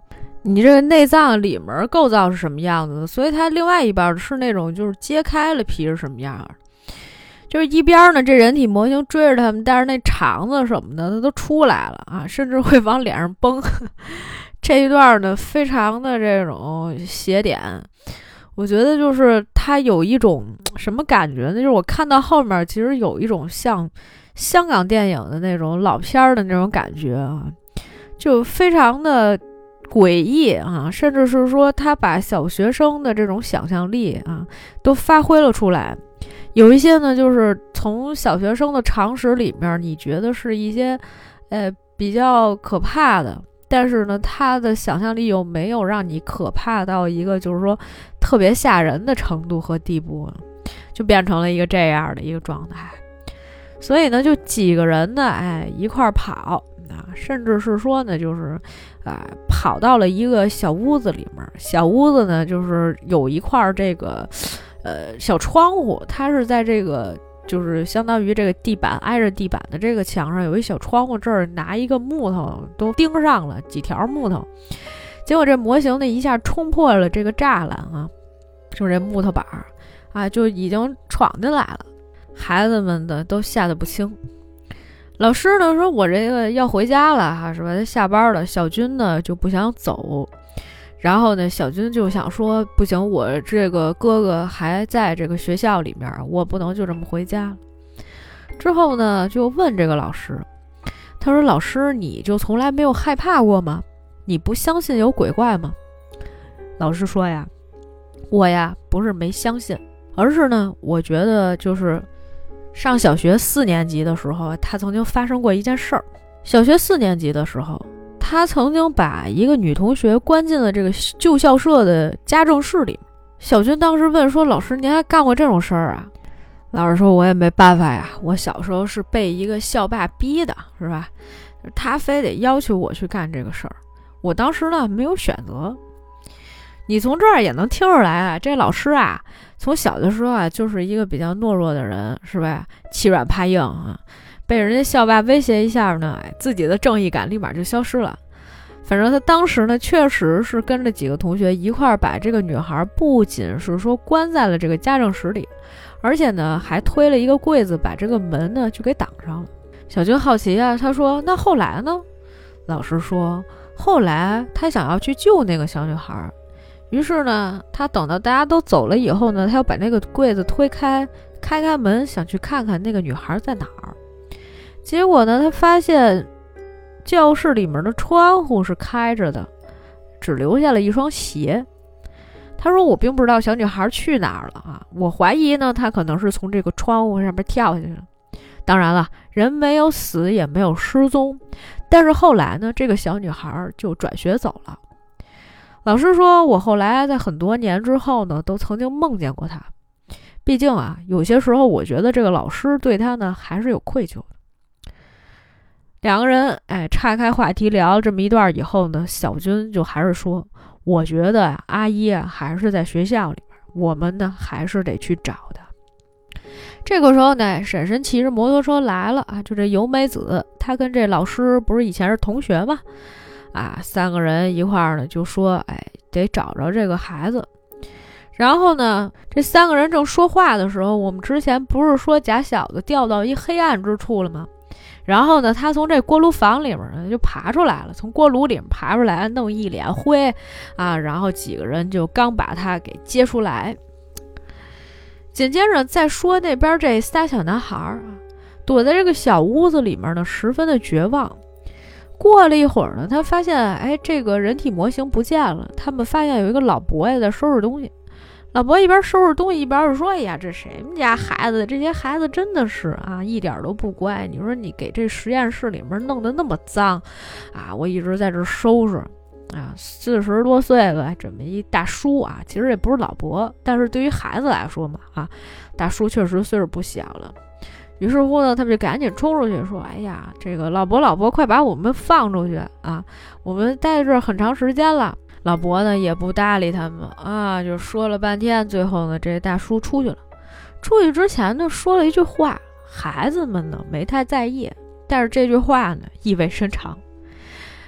你这个内脏里面构造是什么样子的，所以它另外一边是那种就是揭开了皮是什么样的。就是一边呢，这人体模型追着他们，但是那肠子什么的它都出来了啊，甚至会往脸上崩。这一段呢，非常的这种写点，我觉得就是它有一种什么感觉呢？就是我看到后面，其实有一种像香港电影的那种老片的那种感觉啊，就非常的诡异啊，甚至是说他把小学生的这种想象力啊都发挥了出来。有一些呢，就是从小学生的常识里面，你觉得是一些比较可怕的，但是呢，他的想象力又没有让你可怕到一个就是说特别吓人的程度和地步，就变成了一个这样的一个状态。所以呢，就几个人呢，一块跑啊，甚至是说呢，就是跑到了一个小屋子里面。小屋子呢，就是有一块这个小窗户，它是在这个就是相当于这个地板挨着地板的这个墙上有一小窗户，这儿拿一个木头都钉上了几条木头，结果这模型呢一下冲破了这个栅栏啊，就是这木头板啊就已经闯进来了。孩子们的都吓得不轻。老师呢说我这个要回家了哈，是吧？他下班了。小军呢就不想走，然后呢小军就想说不行，我这个哥哥还在这个学校里面，我不能就这么回家了。之后呢就问这个老师，他说老师，你就从来没有害怕过吗？你不相信有鬼怪吗？老师说呀，我呀不是没相信，而是呢我觉得就是上小学4年级的时候，他曾经发生过一件事儿。小学4年级的时候，他曾经把一个女同学关进了这个旧校舍的家政室里。小军当时问说，老师您还干过这种事儿啊？老师说我也没办法呀，我小时候是被一个校霸逼的，是吧？他非得要求我去干这个事儿，我当时呢没有选择。你从这儿也能听出来啊，这老师啊从小的时候啊就是一个比较懦弱的人，是吧？欺软怕硬啊，被人家校霸威胁一下呢，自己的正义感立马就消失了。反正他当时呢确实是跟着几个同学一块儿把这个女孩不仅是说关在了这个家政室里，而且呢还推了一个柜子把这个门呢就给挡上了。小军好奇啊，他说那后来呢？老师说后来他想要去救那个小女孩，于是呢他等到大家都走了以后呢，他要把那个柜子推开，开门想去看看那个女孩在哪儿。结果呢他发现教室里面的窗户是开着的，只留下了一双鞋。他说我并不知道小女孩去哪儿了啊，我怀疑呢她可能是从这个窗户上面跳下去了。当然了，人没有死也没有失踪，但是后来呢这个小女孩就转学走了。老师说我后来在很多年之后呢都曾经梦见过她，毕竟啊有些时候我觉得这个老师对她呢还是有愧疚的。两个人岔开话题聊这么一段以后呢，小军就还是说我觉得阿姨还是在学校里边，我们呢还是得去找她。这个时候呢，婶婶骑着摩托车来了啊，就这由美子，她跟这老师不是以前是同学吗？啊，3个人一块儿呢就说得找着这个孩子。然后呢这3个人正说话的时候，我们之前不是说贾小子掉到一黑暗之处了吗？然后呢他从这锅炉房里面呢就爬出来了，从锅炉里面爬出来，弄一脸灰啊，然后几个人就刚把他给接出来。紧接着再说那边这仨小男孩躲在这个小屋子里面呢，十分的绝望。过了一会儿呢，他发现这个人体模型不见了，他们发现有一个老伯爷在收拾东西。老伯一边收拾东西一边说，哎呀，这谁们家孩子，这些孩子真的是啊一点都不乖，你说你给这实验室里面弄得那么脏啊，我一直在这收拾啊，40多岁了这么一大叔啊，其实也不是老伯，但是对于孩子来说嘛啊，大叔确实岁数不小了。于是乎呢，他们就赶紧冲出去说，哎呀，这个老伯快把我们放出去啊，我们待在这儿很长时间了。老伯呢也不搭理他们啊，就说了半天，最后呢这大叔出去了。出去之前呢说了一句话，孩子们呢没太在意，但是这句话呢意味深长。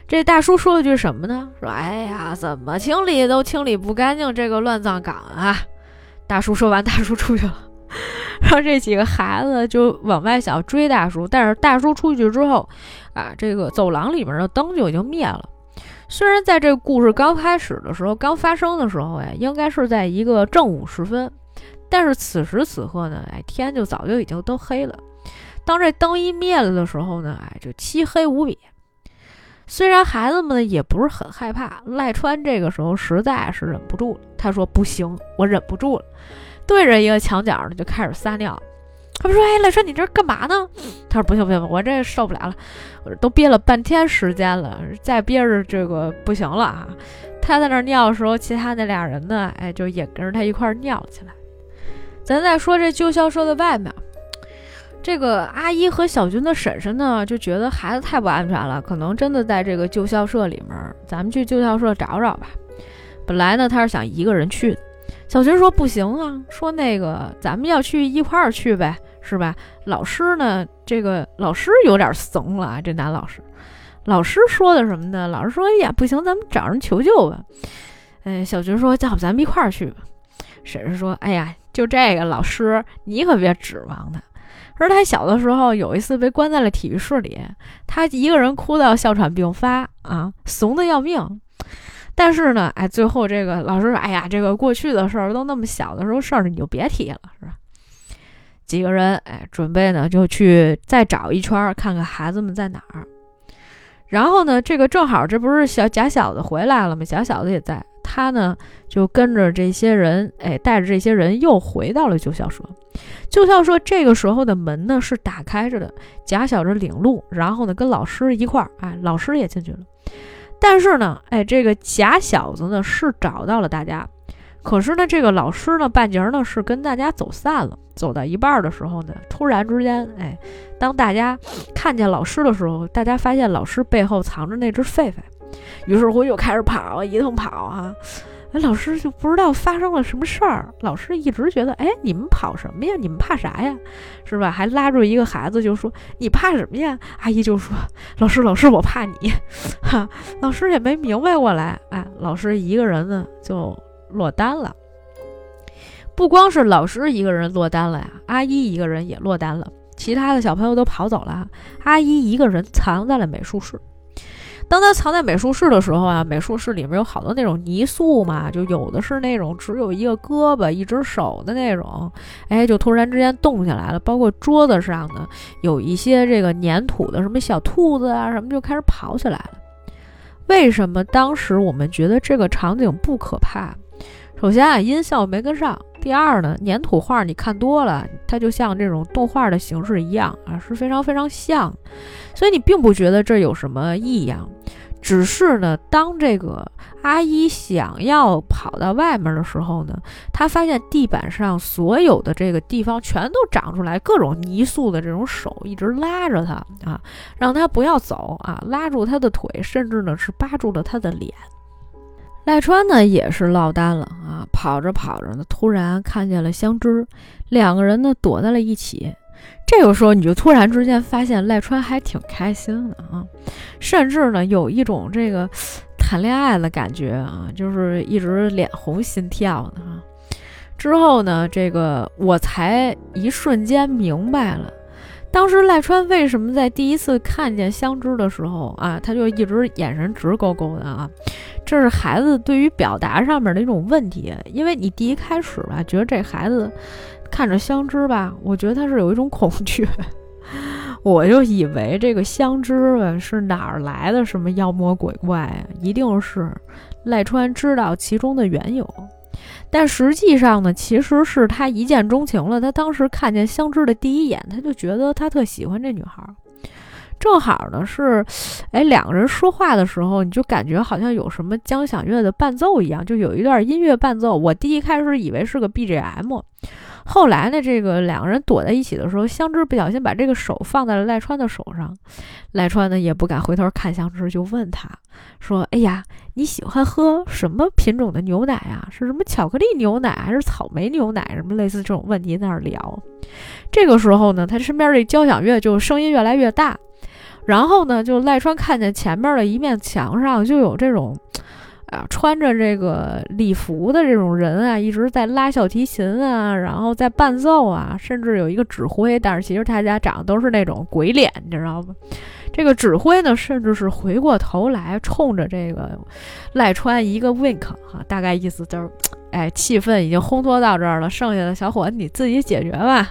这大叔说了句什么呢？说哎呀，怎么清理都清理不干净这个乱葬岗啊。大叔说完，大叔出去了。然后这几个孩子就往外想追大叔，但是大叔出去之后啊，这个走廊里面的灯就已经灭了。虽然在这个故事刚开始的时候，刚发生的时候应该是在一个正午时分，但是此时此刻呢，天就早就已经都黑了。当这灯一灭了的时候呢，就漆黑无比。虽然孩子们也不是很害怕，赖川这个时候实在是忍不住了，他说不行，我忍不住了，对着一个墙角呢就开始撒尿。他们说赖川你这干嘛呢？他说不行，我这受不了了，我都憋了半天时间了，再憋着这个不行了啊。他在那尿的时候，其他那俩人呢就也跟着他一块尿了起来。咱再说这旧校舍的外面，这个阿姨和小军的婶婶呢就觉得孩子太不安全了，可能真的在这个旧校舍里面，咱们去旧校舍找找吧。本来呢他是想一个人去的，小军说不行啊，说那个咱们要去一块儿去呗，是吧？老师呢，这个老师有点怂了啊，这男老师说的什么呢？老师说呀不行，咱们找人求救吧。小军说要不咱们一块儿去吧。婶婶说哎呀，就这个老师你可别指望他，而他小的时候有一次被关在了体育室里，他一个人哭到哮喘病发啊，怂得要命。但是呢最后这个老师说哎呀，这个过去的事儿都那么小的时候事儿你就别提了，是吧？几个人准备呢就去再找一圈，看看孩子们在哪儿。然后呢这个正好这不是贾小子回来了吗？贾小子也在，他呢就跟着这些人带着这些人又回到了旧校舍。旧校舍这个时候的门呢是打开着的，贾小子领路，然后呢跟老师一块儿老师也进去了。但是呢这个贾小子呢是找到了大家，可是呢这个老师呢半截呢是跟大家走散了。走到一半的时候呢，突然之间当大家看见老师的时候，大家发现老师背后藏着那只狒狒，于是乎又开始跑，一通跑啊。老师就不知道发生了什么事儿，老师一直觉得你们跑什么呀，你们怕啥呀，是吧？还拉住一个孩子就说你怕什么呀？阿姨就说老师我怕你哈。老师也没明白过来，老师一个人呢就落单了。不光是老师一个人落单了呀，阿姨一个人也落单了，其他的小朋友都跑走了，阿姨一个人藏在了美术室。当他藏在美术室的时候美术室里面有好多那种泥塑嘛，就有的是那种只有一个胳膊一只手的那种，就突然之间动下来了。包括桌子上呢有一些这个粘土的什么小兔子什么就开始跑起来了。为什么当时我们觉得这个场景不可怕？首先音效没跟上，第二呢粘土画你看多了，它就像这种动画的形式一样是非常非常像，所以你并不觉得这有什么异样。只是呢当这个阿姨想要跑到外面的时候呢，她发现地板上所有的这个地方全都长出来各种泥塑的这种手，一直拉着她让她不要走拉住她的腿，甚至呢是扒住了她的脸。赖川呢也是落单了跑着跑着呢，突然看见了香枝，两个人呢躲在了一起。这个时候你就突然之间发现赖川还挺开心的甚至呢有一种这个谈恋爱的感觉就是一直脸红心跳的之后呢这个我才一瞬间明白了，当时赖川为什么在第一次看见香枝的时候他就一直眼神直勾勾的这是孩子对于表达上面的一种问题。因为你第一开始觉得这孩子看着香枝我觉得他是有一种恐惧我就以为这个香枝是哪儿来的什么妖魔鬼怪一定是赖川知道其中的缘由。但实际上呢，其实是他一见钟情了。他当时看见香枝的第一眼，他就觉得他特喜欢这女孩。正好呢是两个人说话的时候，你就感觉好像有什么交响乐的伴奏一样，就有一段音乐伴奏。我第一开始以为是个 BGM， 后来呢这个两个人躲在一起的时候，香枝不小心把这个手放在了赖川的手上，赖川呢也不敢回头看香枝，就问他说哎呀你喜欢喝什么品种的牛奶是什么巧克力牛奶还是草莓牛奶，什么类似这种问题在那儿聊。这个时候呢他身边这交响乐就声音越来越大， 然后呢，就赖川看见前面的一面墙上就有这种穿着这个礼服的这种人啊，一直在拉小提琴啊，然后在伴奏啊，甚至有一个指挥，但是其实大家长得都是那种鬼脸，你知道吗？这个指挥呢，甚至是回过头来冲着这个赖川一个 wink 大概意思就是，气氛已经烘托到这儿了，剩下的小伙子你自己解决吧，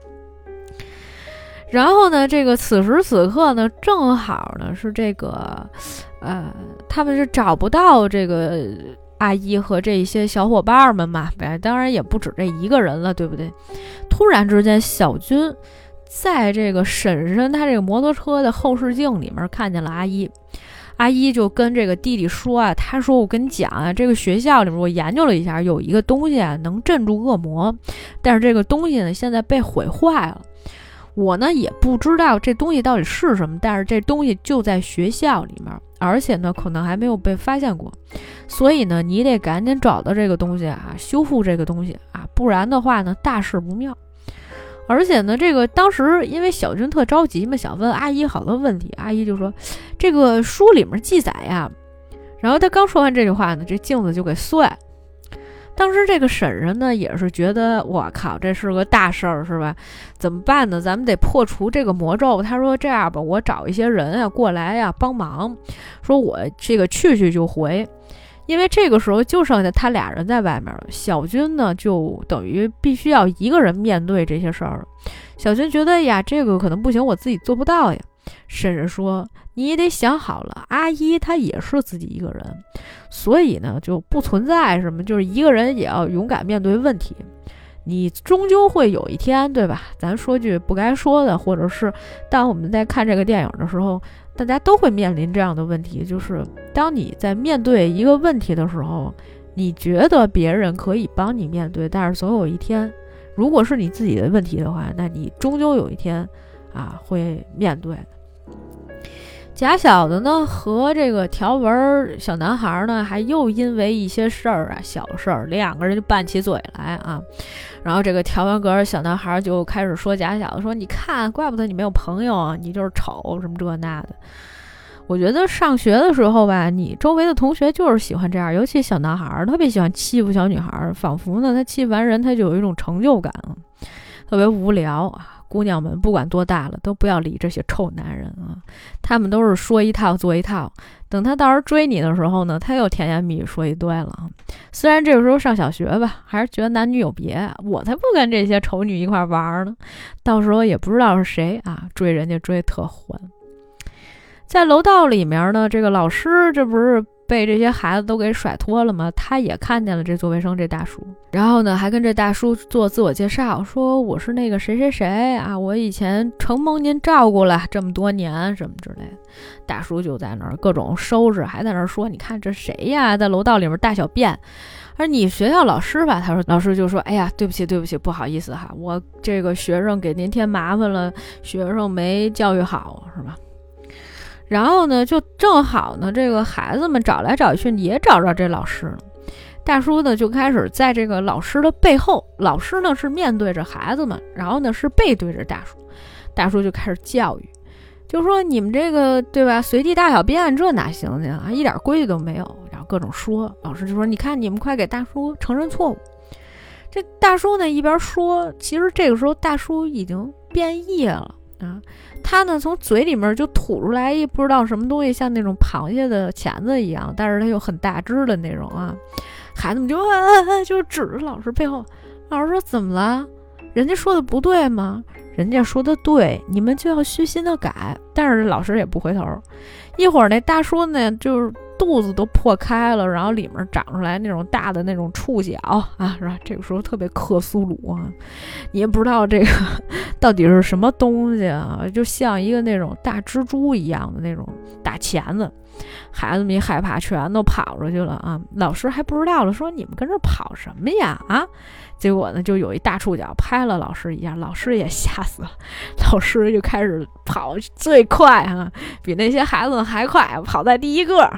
然后呢，这个此时此刻呢，正好呢是这个，他们是找不到这个阿姨和这些小伙伴们嘛，当然也不止这一个人了，对不对？突然之间，小军在这个婶婶他这个摩托车的后视镜里面看见了阿姨，阿姨就跟这个弟弟说啊，他说我跟你讲啊，这个学校里面我研究了一下，有一个东西啊能镇住恶魔，但是这个东西呢现在被毁坏了。我呢也不知道这东西到底是什么，但是这东西就在学校里面，而且呢可能还没有被发现过，所以呢你得赶紧找到这个东西啊，修复这个东西啊，不然的话呢大事不妙。而且呢这个当时因为小军特着急嘛，想问阿姨好多问题，阿姨就说这个书里面记载呀，然后他刚说完这句话呢，这镜子就给碎了。当时这个婶婶呢也是觉得我靠这是个大事儿是吧，怎么办呢，咱们得破除这个魔咒。他说这样吧，我找一些人啊过来呀帮忙，说我这个去就回。因为这个时候就剩下他俩人在外面了，小军呢就等于必须要一个人面对这些事儿了。小军觉得呀这个可能不行，我自己做不到呀。婶婶说你也得想好了，阿姨她也是自己一个人，所以呢就不存在什么就是一个人也要勇敢面对问题，你终究会有一天，对吧？咱说句不该说的，或者是当我们在看这个电影的时候，大家都会面临这样的问题，就是当你在面对一个问题的时候，你觉得别人可以帮你面对，但是总有一天如果是你自己的问题的话，那你终究有一天会面对的。贾小的呢和这个条纹小男孩呢还又因为一些事儿小事儿两个人就拌起嘴来啊。然后这个条纹格小男孩就开始说贾小的，说你看怪不得你没有朋友啊，你就是丑什么这那的。我觉得上学的时候吧，你周围的同学就是喜欢这样，尤其小男孩特别喜欢欺负小女孩，仿佛呢他欺负完人他就有一种成就感，特别无聊啊。姑娘们不管多大了都不要理这些臭男人啊，他们都是说一套做一套，等他到时候追你的时候呢，他又甜言蜜语说一堆了。虽然这个时候上小学吧，还是觉得男女有别，我才不跟这些丑女一块玩呢，到时候也不知道是谁追人家追特欢。在楼道里面呢，这个老师这不是被这些孩子都给甩脱了吗？他也看见了这做卫生这大叔，然后呢还跟这大叔做自我介绍，说我是那个谁谁谁啊，我以前承蒙您照顾了这么多年什么之类的。大叔就在那儿各种收拾，还在那儿说你看这谁呀，在楼道里面大小便。而你学校老师吧，他说老师就说哎呀对不起不好意思我这个学生给您添麻烦了，学生没教育好是吧。然后呢就正好呢这个孩子们找来找去也找着这老师了，大叔呢就开始在这个老师的背后，老师呢是面对着孩子们，然后呢是背对着大叔，大叔就开始教育，就说你们这个对吧随地大小便这哪行去一点规矩都没有，然后各种说，老师就说你看你们快给大叔承认错误。这大叔呢一边说，其实这个时候大叔已经变异了他呢从嘴里面就吐出来不知道什么东西，像那种螃蟹的钳子一样，但是它有很大只的那种孩子们就指着老师背后，老师说怎么了，人家说的不对吗？人家说的对，你们就要虚心的改。但是老师也不回头。一会儿那大叔呢就是肚子都破开了，然后里面长出来那种大的那种触角是吧？这个时候特别克苏鲁你也不知道这个到底是什么东西就像一个那种大蜘蛛一样的那种大钳子。孩子们一害怕全都跑出去了老师还不知道了，说你们跟这跑什么呀结果呢就有一大触角拍了老师一下，老师也吓死了，老师就开始跑最快比那些孩子们还快，跑在第一个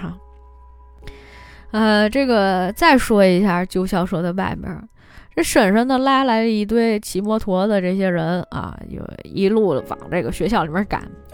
这个再说一下旧校舍的外面，这婶婶呢拉来了一堆骑摩托的这些人就一路往这个学校里面赶。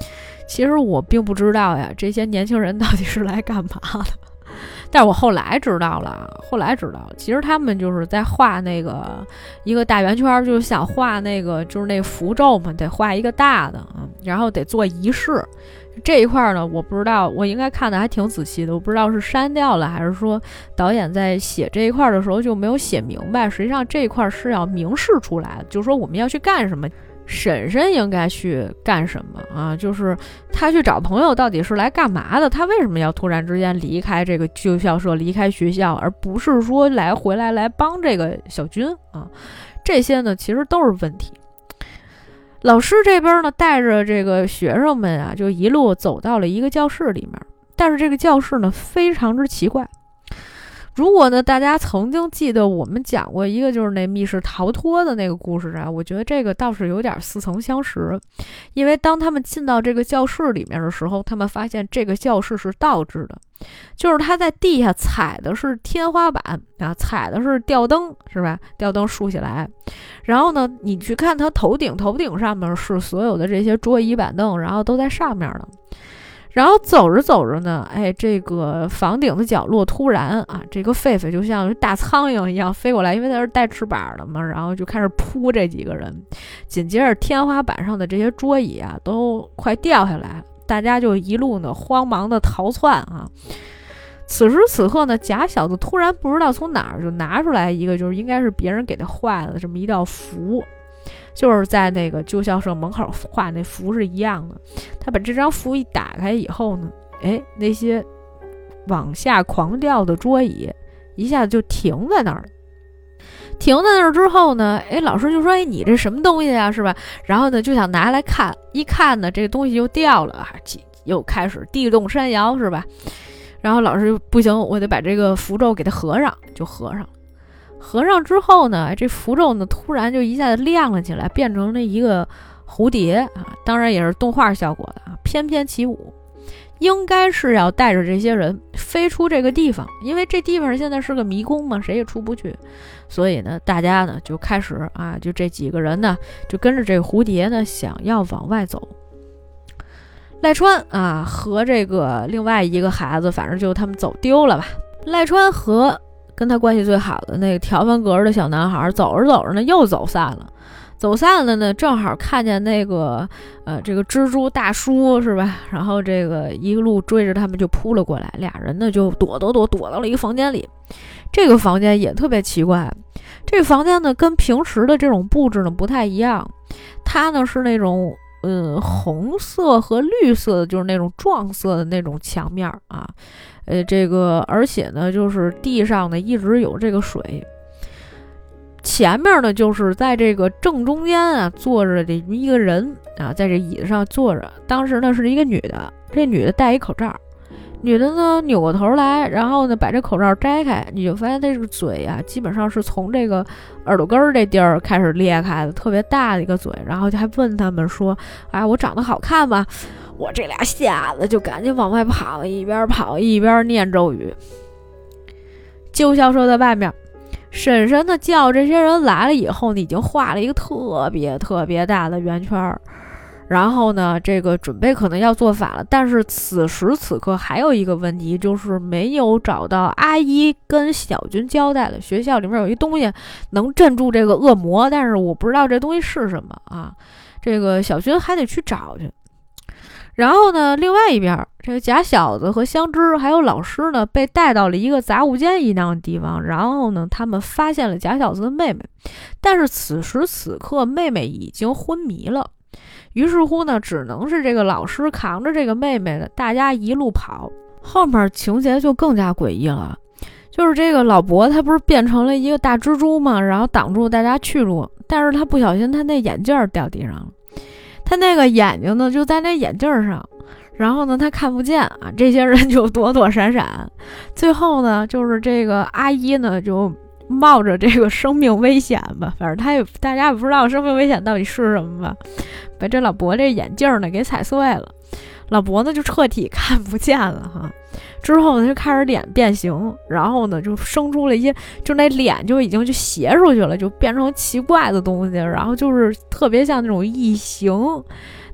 其实我并不知道呀，这些年轻人到底是来干嘛的。但是我后来知道了，其实他们就是在画那个一个大圆圈，就是想画那个就是那符咒嘛，得画一个大的啊，然后得做仪式。这一块呢，我不知道，我应该看的还挺仔细的，我不知道是删掉了，还是说导演在写这一块的时候就没有写明白。实际上这一块是要明示出来的，就是说我们要去干什么。婶婶应该去干什么啊？就是他去找朋友到底是来干嘛的？他为什么要突然之间离开这个旧校舍，离开学校，而不是说回来来帮这个小军啊？这些呢，其实都是问题。老师这边呢，带着这个学生们啊，就一路走到了一个教室里面。但是这个教室呢，非常之奇怪。如果呢，大家曾经记得我们讲过一个就是那密室逃脱的那个故事啊，我觉得这个倒是有点似曾相识。因为当他们进到这个教室里面的时候，他们发现这个教室是倒置的，就是他在地下踩的是天花板啊，踩的是吊灯，是吧？吊灯竖起来，然后呢，你去看他头顶上面是所有的这些桌椅板凳，然后都在上面的。然后走着走着呢，这个房顶的角落突然啊，这个狒狒就像大苍蝇一样飞过来，因为它是带翅膀的嘛，然后就开始扑这几个人。紧接着天花板上的这些桌椅啊都快掉下来，大家就一路呢慌忙的逃窜啊。此时此刻呢，假小子突然不知道从哪儿就拿出来一个，就是应该是别人给他画的这么一道符。就是在那个旧校舍门口画那符是一样的。他把这张符一打开以后呢，那些往下狂掉的桌椅一下就停在那儿。停在那儿之后呢，老师就说：“你这什么东西啊，是吧？”然后呢，就想拿来看，一看呢，这个东西就掉了，又开始地动山摇，是吧？然后老师就不行，我得把这个符咒给它合上，就合上。合上之后呢，这符咒呢突然就一下子亮了起来，变成了一个蝴蝶啊，当然也是动画效果的啊，翩翩起舞，应该是要带着这些人飞出这个地方，因为这地方现在是个迷宫嘛，谁也出不去，所以呢，大家呢就开始啊，就这几个人呢就跟着这个蝴蝶呢想要往外走。赖川啊和这个另外一个孩子，反正就他们走丢了吧。赖川和跟他关系最好的那个条纹格的小男孩走着走着呢又走散了呢，正好看见那个这个蜘蛛大叔，是吧？然后这个一路追着他们就扑了过来，俩人呢就躲到了一个房间里。这个房间也特别奇怪，这个房间呢跟平时的这种布置呢不太一样，它呢是那种红色和绿色的，就是那种撞色的那种墙面啊。这个而且呢就是地上呢一直有这个水，前面呢就是在这个正中间啊坐着的一个人啊，在这椅子上坐着，当时呢是一个女的，这女的戴一口罩，女的呢扭过头来，然后呢把这口罩摘开，你就发现这个嘴啊基本上是从这个耳朵根这地儿开始裂开的，特别大的一个嘴，然后就还问他们说：“我长得好看吗？”我这俩瞎子就赶紧往外跑，一边跑一边念咒语。旧校舍在外面，婶婶呢叫这些人来了以后呢，已经画了一个特别特别大的圆圈，然后呢这个准备可能要做法了。但是此时此刻还有一个问题，就是没有找到阿姨跟小军交代的学校里面有一东西能镇住这个恶魔，但是我不知道这东西是什么啊，这个小军还得去找去。然后呢，另外一边，这个假小子和香枝还有老师呢，被带到了一个杂物间一样的地方。然后呢，他们发现了假小子的妹妹，但是此时此刻妹妹已经昏迷了。于是乎呢，只能是这个老师扛着这个妹妹的，大家一路跑。后面情节就更加诡异了，就是这个老伯他不是变成了一个大蜘蛛嘛，然后挡住大家去路，但是他不小心他那眼镜掉地上了。他那个眼睛呢就在那眼镜上，然后呢他看不见啊，这些人就躲躲闪闪。最后呢就是这个阿姨呢就冒着这个生命危险吧，反正大家也不知道生命危险到底是什么吧，把这老伯这眼镜呢给踩碎了，老伯呢就彻底看不见了哈。之后呢就开始脸变形，然后呢就生出了一些，就那脸就已经就斜出去了，就变成奇怪的东西，然后就是特别像那种异形。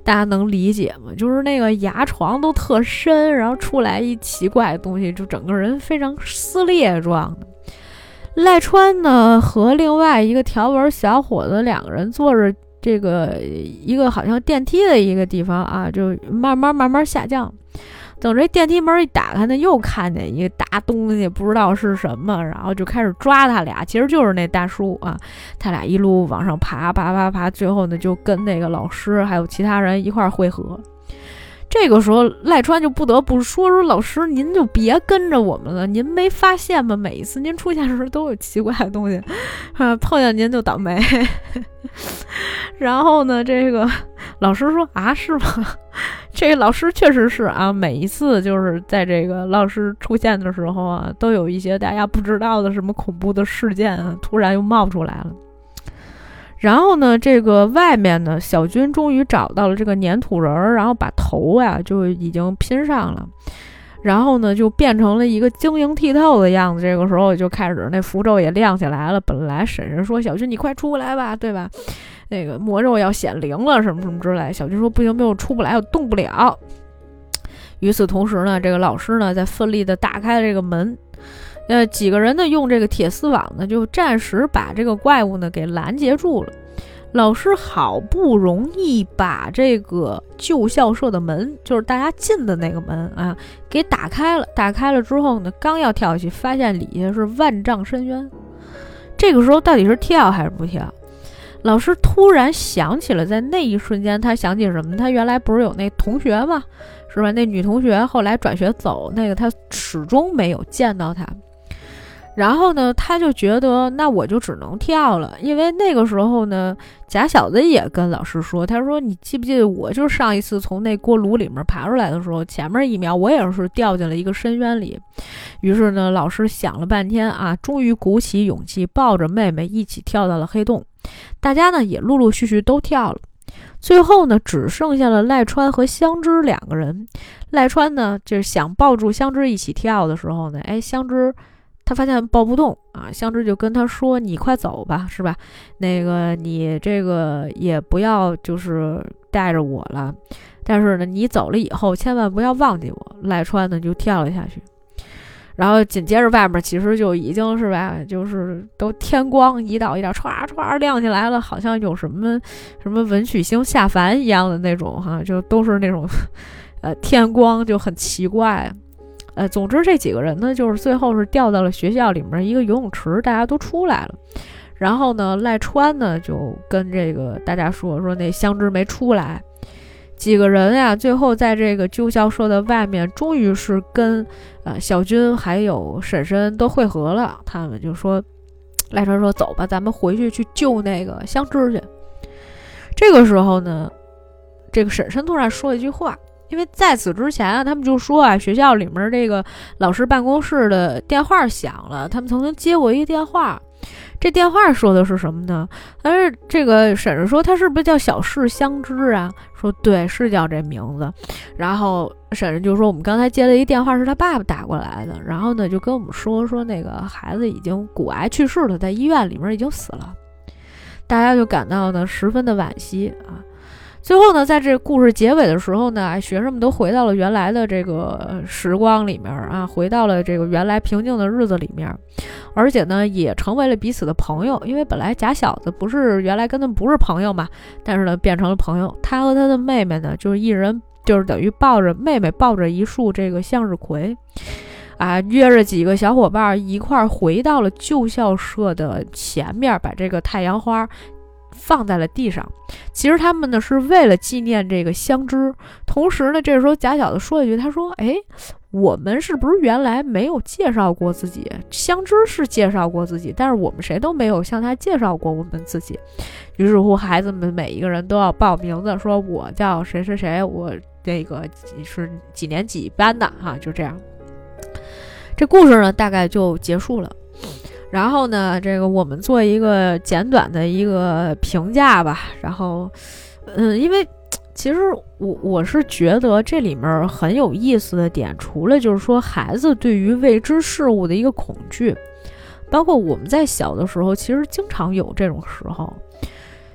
大家能理解吗？就是那个牙床都特深，然后出来一奇怪的东西，就整个人非常撕裂状的。赖川呢和另外一个条纹小伙子两个人坐着这个一个好像电梯的一个地方啊，就慢慢下降。等这电梯门一打开呢，又看见一个大东西，不知道是什么，然后就开始抓他俩，其实就是那大叔啊。他俩一路往上爬，最后呢就跟那个老师还有其他人一块汇合。这个时候赖川就不得不说老师您就别跟着我们了，您没发现吗？每一次您出现的时候都有奇怪的东西碰见您就倒霉然后呢这个老师说啊是吗？这个老师确实是啊，每一次就是在这个老师出现的时候啊，都有一些大家不知道的什么恐怖的事件突然又冒出来了。然后呢这个外面呢小军终于找到了这个粘土人，然后把头就已经拼上了，然后呢就变成了一个晶莹剔透的样子。这个时候就开始那符咒也亮起来了。本来婶婶说小军你快出来吧，对吧，那个魔咒要显灵了什么什么之类，小军说不行，我出不来，我动不了。与此同时呢这个老师呢在奋力的打开了这个门，几个人呢用这个铁丝网呢就暂时把这个怪物呢给拦截住了。老师好不容易把这个旧校舍的门，就是大家进的那个门啊，给打开了。打开了之后呢，刚要跳下去，发现底下是万丈深渊。这个时候到底是跳还是不跳？老师突然想起了，在那一瞬间他想起什么？他原来不是有那同学吗？是吧？那女同学后来转学走，那个他始终没有见到她。然后呢他就觉得那我就只能跳了。因为那个时候呢假小子也跟老师说，他说你记不记得我就是上一次从那锅炉里面爬出来的时候，前面一秒我也是掉进了一个深渊里。于是呢老师想了半天啊，终于鼓起勇气抱着妹妹一起跳到了黑洞。大家呢也陆陆续续都跳了。最后呢只剩下了赖川和香枝两个人。赖川呢就是想抱住香枝一起跳的时候呢，香枝他发现抱不动啊，香枝就跟他说你快走吧，是吧，那个你这个也不要就是带着我了，但是呢你走了以后千万不要忘记我。赖川呢就跳了下去。然后紧接着外面其实就已经是吧，就是都天光一道一道唰唰亮起来了，好像有什么文曲星下凡一样的那种就都是那种天光，就很奇怪。总之这几个人呢就是最后是掉到了学校里面一个游泳池，大家都出来了。然后呢赖川呢就跟这个大家说那香枝没出来。几个人最后在这个旧校舍的外面终于是跟小军还有婶婶都汇合了。他们就说赖川说走吧，咱们回去救那个香枝去。这个时候呢这个婶婶突然说一句话，因为在此之前他们就说学校里面这个老师办公室的电话响了，他们曾经接过一个电话。这电话说的是什么呢？但是这个婶婶说他是不是叫小室香枝啊？说对，是叫这名字。然后婶婶就说我们刚才接了一电话，是他爸爸打过来的，然后呢就跟我们说那个孩子已经骨癌去世了，在医院里面已经死了。大家就感到呢十分的惋惜啊。最后呢在这故事结尾的时候呢，学生们都回到了原来的这个时光里面啊，回到了这个原来平静的日子里面，而且呢也成为了彼此的朋友。因为本来假小子不是原来跟他们不是朋友嘛，但是呢变成了朋友。他和他的妹妹呢就是一人就是等于妹妹抱着一束这个向日葵约着几个小伙伴一块回到了旧校舍的前面，把这个太阳花放在了地上。其实他们呢是为了纪念这个香枝。同时呢这时候假小子说了一句，他说我们是不是原来没有介绍过自己？香枝是介绍过自己，但是我们谁都没有向他介绍过我们自己。于是乎孩子们每一个人都要报名字，说我叫谁谁谁，我这个是几年几班的就这样。这故事呢大概就结束了。然后呢这个我们做一个简短的一个评价吧。然后因为其实我是觉得这里面很有意思的点，除了就是说孩子对于未知事物的一个恐惧，包括我们在小的时候其实经常有这种时候，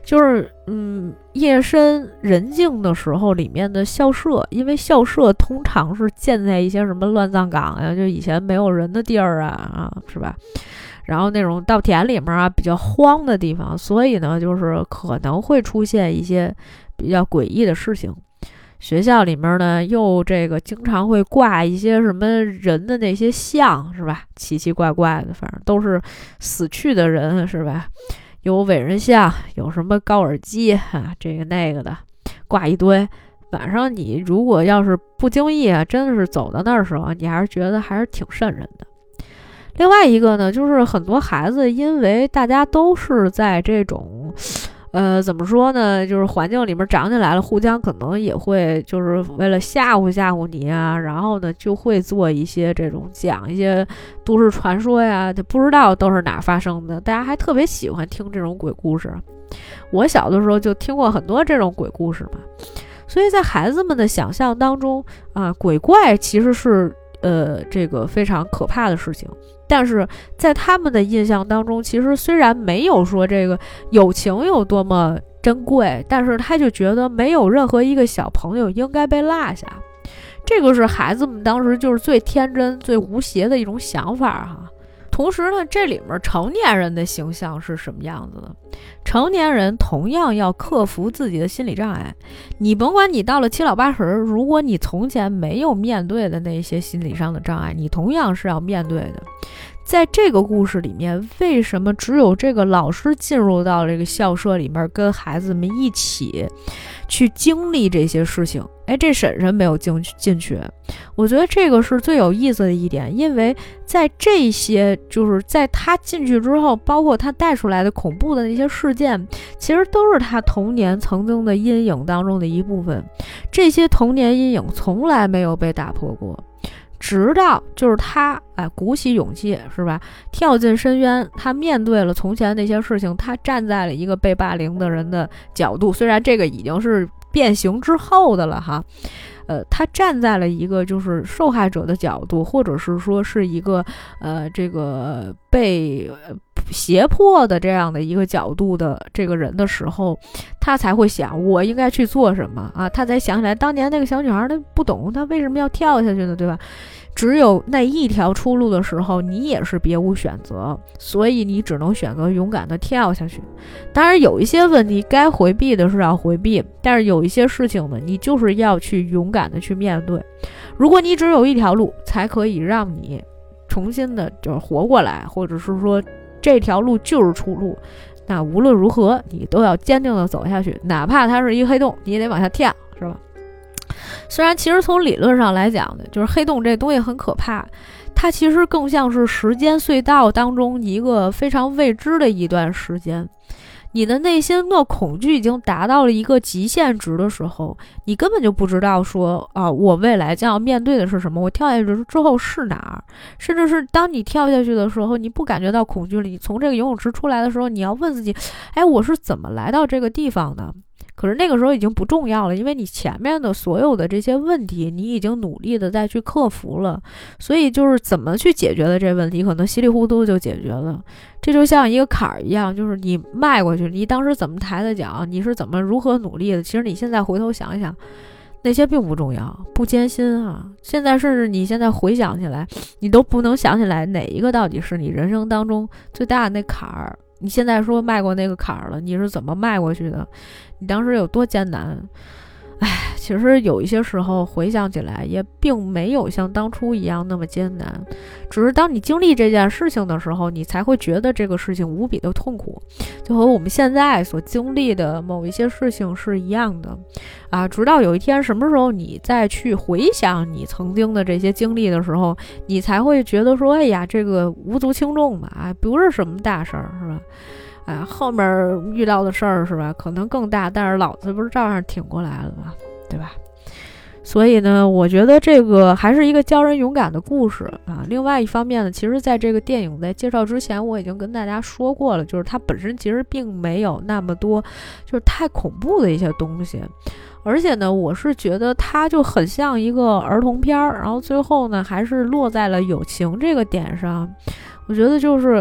就是夜深人静的时候，里面的校舍，因为校舍通常是建在一些什么乱葬岗呀，就以前没有人的地儿啊，是吧？然后那种稻田里面啊，比较荒的地方，所以呢，就是可能会出现一些比较诡异的事情。学校里面呢，又这个经常会挂一些什么人的那些像，是吧？奇奇怪怪的，反正都是死去的人，是吧？有伟人像，有什么高尔基啊，这个那个的，挂一堆。晚上你如果要是不经意啊，真的是走到那儿的时候，你还是觉得还是挺瘆人的。另外一个呢，就是很多孩子，因为大家都是在这种，怎么说呢，就是环境里面长起来了，互相可能也会就是为了吓唬吓唬你啊，然后呢就会做一些这种讲一些都市传说呀，就不知道都是哪发生的，大家还特别喜欢听这种鬼故事。我小的时候就听过很多这种鬼故事嘛，所以在孩子们的想象当中啊，鬼怪其实是这个非常可怕的事情。但是在他们的印象当中，其实虽然没有说这个友情有多么珍贵，但是他就觉得没有任何一个小朋友应该被落下。这个是孩子们当时就是最天真最无邪的一种想法哈。同时呢，这里面成年人的形象是什么样子的？成年人同样要克服自己的心理障碍。你甭管你到了七老八十，如果你从前没有面对的那些心理上的障碍，你同样是要面对的。在这个故事里面，为什么只有这个老师进入到这个校舍里面，跟孩子们一起去经历这些事情？这婶婶没有进去。我觉得这个是最有意思的一点，因为在这些就是在他进去之后，包括他带出来的恐怖的那些事件，其实都是他童年曾经的阴影当中的一部分。这些童年阴影从来没有被打破过。直到就是他鼓起勇气，是吧，跳进深渊，他面对了从前那些事情，他站在了一个被霸凌的人的角度，虽然这个已经是变形之后的了哈，他站在了一个就是受害者的角度，或者是说是一个这个被胁迫的这样的一个角度的这个人的时候，他才会想我应该去做什么啊？他才想起来当年那个小女孩，她不懂她为什么要跳下去呢，对吧？只有那一条出路的时候，你也是别无选择，所以你只能选择勇敢的跳下去。当然有一些问题该回避的是要回避，但是有一些事情呢，你就是要去勇敢的去面对。如果你只有一条路才可以让你重新的就是活过来，或者是说这条路就是出路，那无论如何你都要坚定的走下去，哪怕它是一个黑洞，你也得往下跳，是吧？虽然其实从理论上来讲呢，就是黑洞这东西很可怕，它其实更像是时间隧道当中一个非常未知的一段时间。你的内心的恐惧已经达到了一个极限值的时候，你根本就不知道说我未来将要面对的是什么，我跳下去之后是哪儿，甚至是当你跳下去的时候，你不感觉到恐惧了，你从这个游泳池出来的时候，你要问自己，我是怎么来到这个地方的？可是那个时候已经不重要了，因为你前面的所有的这些问题，你已经努力的再去克服了，所以就是怎么去解决的这问题，可能稀里糊涂就解决了。这就像一个坎儿一样，就是你迈过去，你当时怎么抬的脚，你是怎么如何努力的，其实你现在回头想一想，那些并不重要，不艰辛啊。现在甚至你现在回想起来，你都不能想起来哪一个到底是你人生当中最大的那坎儿。你现在说迈过那个坎儿了，你是怎么迈过去的？你当时有多艰难？其实有一些时候回想起来也并没有像当初一样那么艰难，只是当你经历这件事情的时候，你才会觉得这个事情无比的痛苦，就和我们现在所经历的某一些事情是一样的直到有一天什么时候你再去回想你曾经的这些经历的时候，你才会觉得说这个无足轻重吧，不是什么大事儿，是吧？后面遇到的事儿是吧，可能更大，但是老子不是照样挺过来了吗？对吧？所以呢，我觉得这个还是一个教人勇敢的故事另外一方面呢，其实在这个电影在介绍之前，我已经跟大家说过了，就是它本身其实并没有那么多就是太恐怖的一些东西，而且呢，我是觉得它就很像一个儿童片儿，然后最后呢，还是落在了友情这个点上。我觉得就是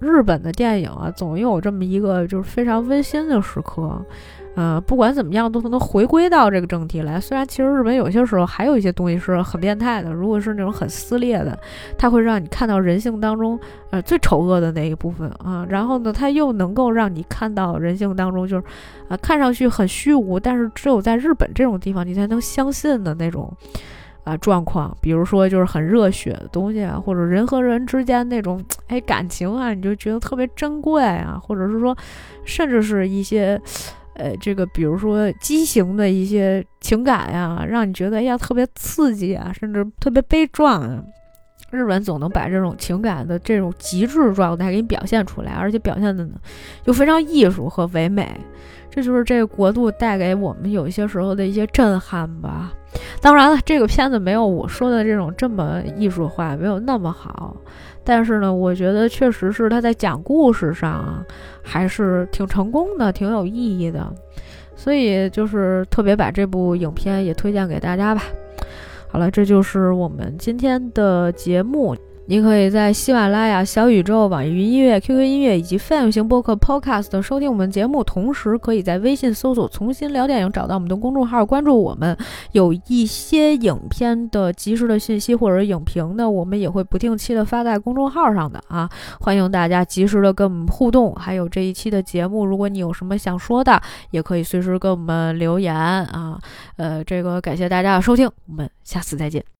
日本的电影啊，总有这么一个就是非常温馨的时刻。不管怎么样都能回归到这个正题来。虽然其实日本有些时候还有一些东西是很变态的，如果是那种很撕裂的，它会让你看到人性当中最丑恶的那一部分啊。然后呢，它又能够让你看到人性当中就是看上去很虚无，但是只有在日本这种地方你才能相信的那种状况。比如说就是很热血的东西啊，或者人和人之间那种感情啊，你就觉得特别珍贵啊，或者是说甚至是一些这个比如说畸形的一些情感呀，让你觉得特别刺激啊，甚至特别悲壮啊。日本总能把这种情感的这种极致状态给你表现出来，而且表现的呢又非常艺术和唯美。这就是这个国度带给我们有一些时候的一些震撼吧。当然了，这个片子没有我说的这种这么艺术化，没有那么好，但是呢，我觉得确实是他在讲故事上啊，还是挺成功的，挺有意义的。所以就是特别把这部影片也推荐给大家吧。好了，这就是我们今天的节目。你可以在喜马拉雅、小宇宙、网易云音乐、QQ 音乐以及泛用型播客 Podcast 收听我们节目，同时可以在微信搜索重新聊电影，找到我们的公众号，关注我们。有一些影片的及时的信息或者影评呢，我们也会不定期的发在公众号上的啊，欢迎大家及时的跟我们互动。还有这一期的节目，如果你有什么想说的，也可以随时跟我们留言啊。这个感谢大家的收听，我们下次再见。